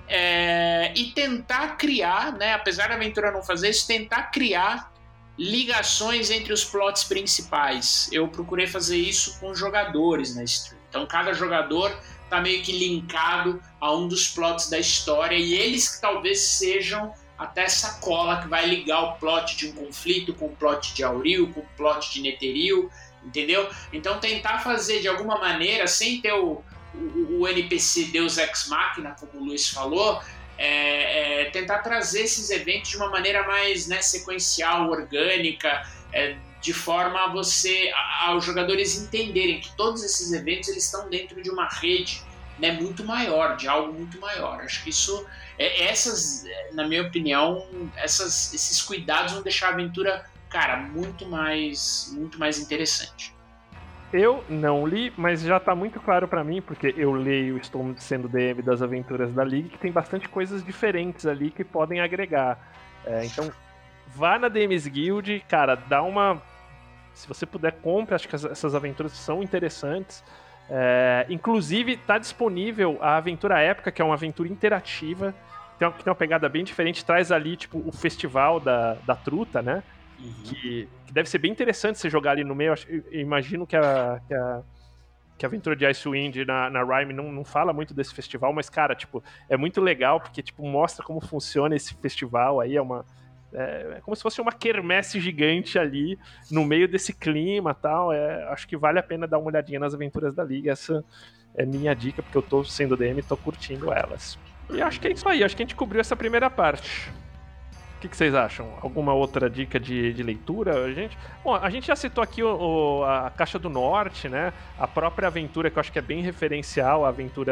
E tentar criar, né, apesar da aventura não fazer isso, tentar criar ligações entre os plots principais. Eu procurei fazer isso com os jogadores na stream. Então cada jogador está meio que linkado a um dos plots da história, e eles que talvez sejam até essa cola que vai ligar o plot de um conflito com o plot de Auril, com o plot de Netheril, entendeu? Então tentar fazer de alguma maneira, sem ter o NPC Deus Ex Machina, como o Luiz falou, tentar trazer esses eventos de uma maneira mais, né, sequencial, orgânica, de forma aos jogadores entenderem que todos esses eventos eles estão dentro de uma rede né, muito maior, de algo muito maior. Acho que isso, na minha opinião, esses cuidados vão deixar a aventura, cara, muito mais interessante. Eu não li, mas já tá muito claro pra mim, porque eu leio, estou sendo DM das aventuras da Liga, que tem bastante coisas diferentes ali que podem agregar. Então, vá na DMs Guild, cara, dá uma... Se você puder, compre, acho que essas aventuras são interessantes. Inclusive, tá disponível a Aventura Épica, que é uma aventura interativa, que tem uma pegada bem diferente, traz ali, tipo, o festival da truta, né? Uhum. Que deve ser bem interessante você jogar ali no meio. Eu imagino que a aventura de Icewind na Rime não fala muito desse festival, mas, cara, tipo, é muito legal, porque, tipo, mostra como funciona esse festival aí, é como se fosse uma quermesse gigante ali, no meio desse clima e tal. Acho que vale a pena dar uma olhadinha nas aventuras da Liga. Essa é minha dica, porque eu tô sendo DM e tô curtindo elas. E acho que é isso aí, acho que a gente cobriu essa primeira parte. O que vocês acham? Alguma outra dica de leitura, gente? Bom, a gente já citou aqui a Caixa do Norte, né? A própria aventura, que eu acho que é bem referencial, a aventura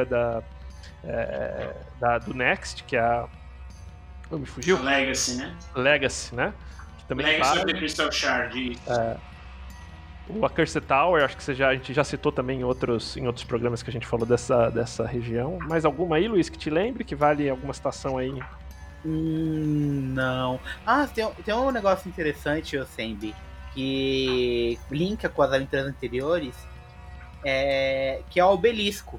do Next, que é a... me fugiu? Legacy, né? Legacy, né? Que também Legacy of the Crystal Shard. O Accursed Tower, acho que a gente já citou também em outros programas que a gente falou dessa região. Mais alguma aí, Luiz, que te lembre, que vale alguma citação aí? Não. Tem um negócio interessante, Yosembi, que linka com as aventuras anteriores, que é o obelisco.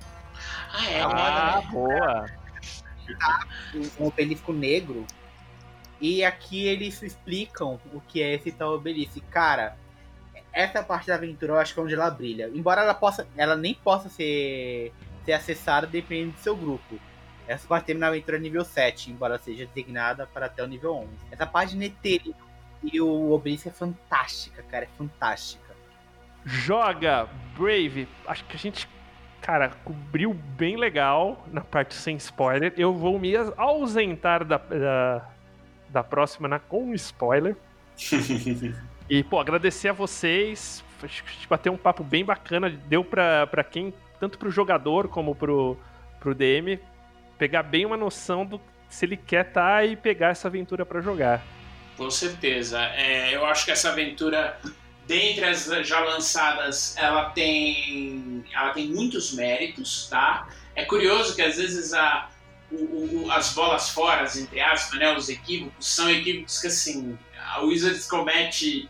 Boa! Um obelisco negro. E aqui eles explicam o que é esse tal obelisco. Cara, essa parte da aventura eu acho que é onde ela brilha. Embora ela nem possa ser acessada dependendo do seu grupo. Essa parte termina na aventura nível 7, embora seja designada para até o nível 11. Essa parte de Neteri e o obelisco é fantástica, cara. É fantástica. Joga Brave. Acho que a gente, cara, cobriu bem legal na parte sem spoiler. Eu vou me ausentar da próxima com spoiler. E, pô, agradecer a vocês. Acho que a gente bateu um papo bem bacana. Deu pra quem, tanto pro jogador como pro DM, pegar bem uma noção do se ele quer e pegar essa aventura pra jogar. Com certeza. Eu acho que essa aventura, dentre as já lançadas, ela tem muitos méritos, tá? É curioso que às vezes as bolas fora, entre aspas, né, os equívocos, são equívocos que assim, a Wizards comete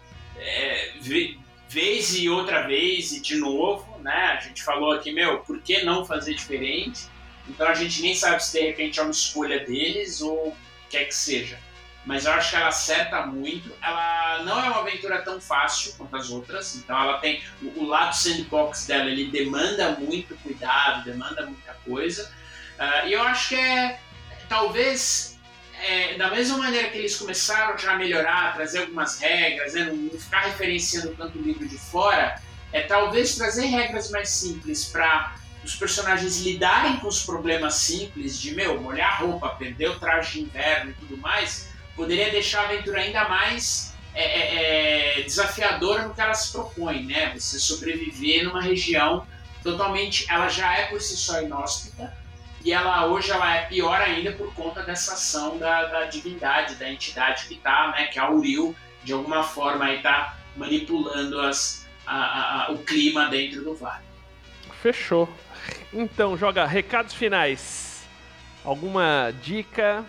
vez e outra vez e de novo, né? A gente falou aqui, por que não fazer diferente? Então a gente nem sabe se de repente é uma escolha deles ou quer que seja. Mas eu acho que ela acerta muito. Ela não é uma aventura tão fácil quanto as outras. Então ela tem... O lado sandbox dela, ele demanda muito cuidado, demanda muita coisa. E eu acho que talvez, da mesma maneira que eles começaram já a melhorar, trazer algumas regras, né, não ficar referenciando tanto o livro de fora, talvez trazer regras mais simples para os personagens lidarem com os problemas simples de, molhar a roupa, perder o traje de inverno e tudo mais, poderia deixar a aventura ainda mais desafiadora no que ela se propõe, né? Você sobreviver numa região totalmente... Ela já é por si só inóspita, e hoje ela é pior ainda por conta dessa ação da divindade, da entidade que tá, né? Que a Auril, de alguma forma, aí tá manipulando o clima dentro do vale. Fechou. Então, Joga, recados finais. Alguma dica?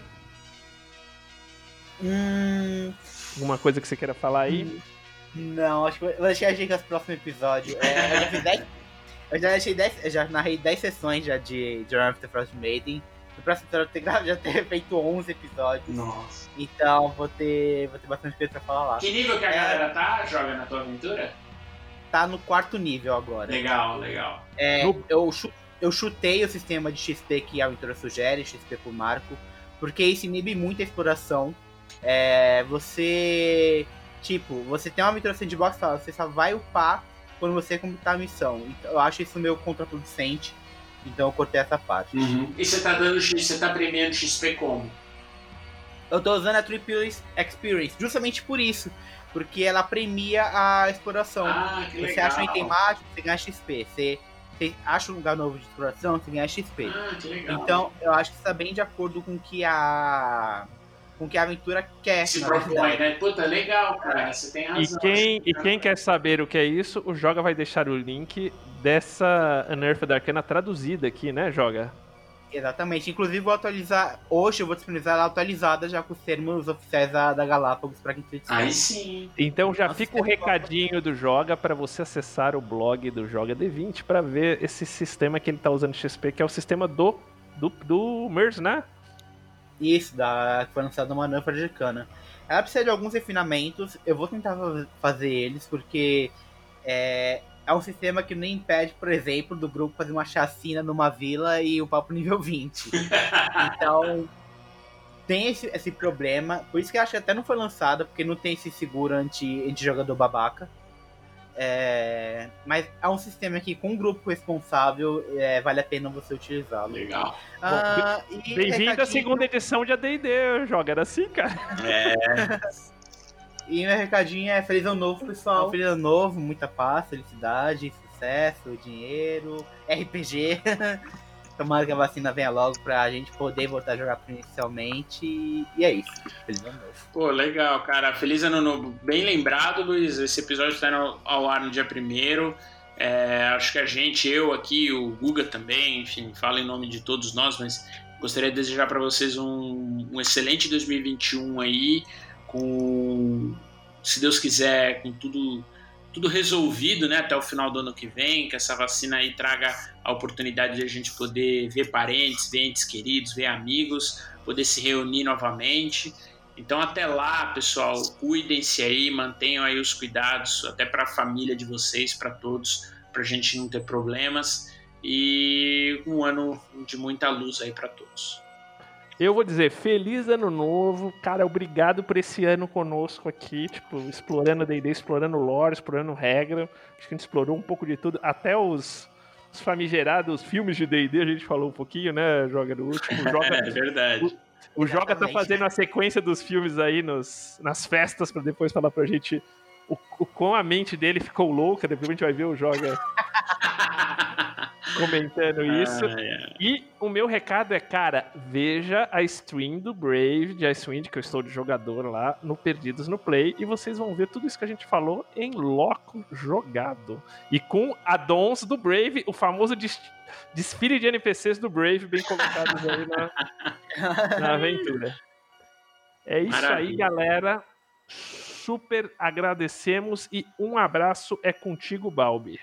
Alguma coisa que você queira falar aí? Não, acho que vou deixar as dicas no próximo episódio. Eu já narrei 10 sessões já de Journey of the Frost Maiden. No próximo episódio já ter feito 11 episódios. Nossa. Então vou ter bastante coisa pra falar lá. Que nível que a galera joga na tua aventura? Tá no 4º nível agora. Legal. Eu chutei o sistema de XP que a aventura sugere, XP por marco, porque isso inibe muito a exploração. Você tem uma aventura sandbox, você só vai upar quando você completar a missão. Então, eu acho isso meio contraproducente, então eu cortei essa parte. Uhum. E você tá premiando XP como? Eu tô usando a Triple Experience, justamente por isso, porque ela premia a exploração. Ah, que legal. Você acha um item mágico, você ganha XP. Você você acha um lugar novo de exploração, você ganha XP. Que legal. Então, eu acho que isso tá bem de acordo com o que a aventura quer. Se na propõe, verdade. né? Puta, legal, cara. Você tem razão. E quem quer saber o que é isso, o Joga vai deixar o link dessa Unearthed Arcana traduzida aqui, né, Joga? Exatamente. Inclusive, vou atualizar. Hoje eu vou disponibilizar ela atualizada já com os termos oficiais da Galápagos para quem quiser. Aí sim. Então já fica o recadinho do Joga para você acessar o blog do Joga D20 para ver esse sistema que ele tá usando XP, que é o sistema do MERS, né? Isso, que foi lançada uma Unearthed Arcana. Ela precisa de alguns refinamentos. Eu vou tentar fazer eles, porque é um sistema que não impede, por exemplo, do grupo fazer uma chacina numa vila e o papo nível 20. Então, tem esse problema. Por isso que eu acho que até não foi lançada, porque não tem esse seguro anti-jogador babaca. Mas é um sistema que, com um grupo responsável, vale a pena você utilizá-lo. Legal. Bem-vindo à segunda edição de AD&D, Joga. Era assim, cara? E meu recadinho é feliz ano novo, pessoal. Feliz ano novo, muita paz, felicidade, sucesso, dinheiro, RPG. Tomara que a vacina venha logo pra gente poder voltar a jogar presencialmente. E é isso. Feliz ano novo. Pô, legal, cara. Feliz ano novo. Bem lembrado, Luiz. Esse episódio está ao ar no dia 1º. Acho que eu aqui, o Guga também, enfim, falo em nome de todos nós, mas gostaria de desejar para vocês um excelente 2021 aí, com, se Deus quiser, com tudo resolvido, né, até o final do ano que vem, que essa vacina aí traga a oportunidade de a gente poder ver parentes, ver entes queridos, ver amigos, poder se reunir novamente. Então até lá, pessoal, cuidem-se aí, mantenham aí os cuidados, até para a família de vocês, para todos, para a gente não ter problemas, e um ano de muita luz aí para todos. Eu vou dizer, feliz ano novo, cara, obrigado por esse ano conosco aqui, tipo, explorando D&D, explorando lore, explorando regra, acho que a gente explorou um pouco de tudo, até os famigerados filmes de D&D a gente falou um pouquinho, né, Joga, no último. É verdade. O Joga tá fazendo a sequência dos filmes aí nas festas pra depois falar pra gente como a mente dele ficou louca, depois a gente vai ver o Joga comentando isso. E o meu recado é, cara, veja a stream do Brave, de Icewind, que eu estou de jogador lá, no Perdidos no Play, e vocês vão ver tudo isso que a gente falou em loco jogado. E com addons do Brave, o famoso desfile de NPCs do Brave, bem colocados aí na aventura. É isso. Maravilha. Aí, galera. Super agradecemos e um abraço é contigo, Balbi.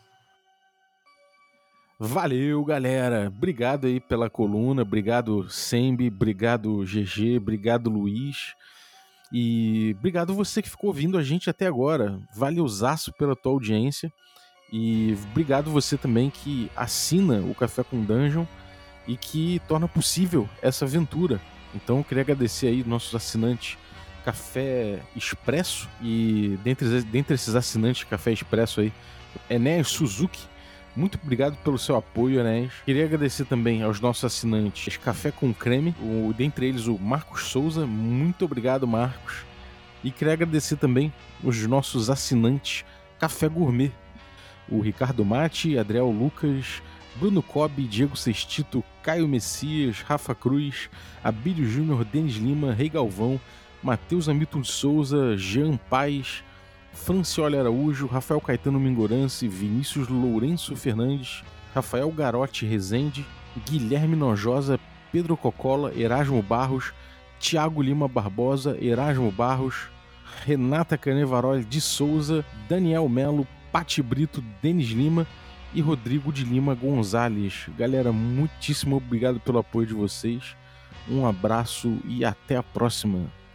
Valeu, galera. Obrigado aí pela coluna. Obrigado, Sembi. Obrigado, GG. Obrigado, Luiz. E obrigado você que ficou ouvindo a gente até agora. Valeuzaço pela tua audiência. E obrigado você também que assina o Café com Dungeon e que torna possível essa aventura. Então eu queria agradecer aí nossos assinantes Café Expresso. E dentre esses assinantes Café Expresso aí, Enéas Suzuki. Muito obrigado pelo seu apoio, Enéas. Queria agradecer também aos nossos assinantes Café com Creme, dentre eles o Marcos Souza. Muito obrigado, Marcos. E queria agradecer também os nossos assinantes Café Gourmet, o Ricardo Mate, Adriel Lucas, Bruno Cobb, Diego Sestito, Caio Messias, Rafa Cruz, Abílio Júnior, Denis Lima, Rei Galvão, Matheus Hamilton de Souza, Jean Paes, Francioli Araújo, Rafael Caetano Mingorance, Vinícius Lourenço Fernandes, Rafael Garotti Rezende, Guilherme Nojosa, Pedro Cocola, Erasmo Barros, Tiago Lima Barbosa, Erasmo Barros, Renata Canevaroli de Souza, Daniel Melo, Pati Brito, Denis Lima e Rodrigo de Lima Gonzalez. Galera, muitíssimo obrigado pelo apoio de vocês. Um abraço e até a próxima.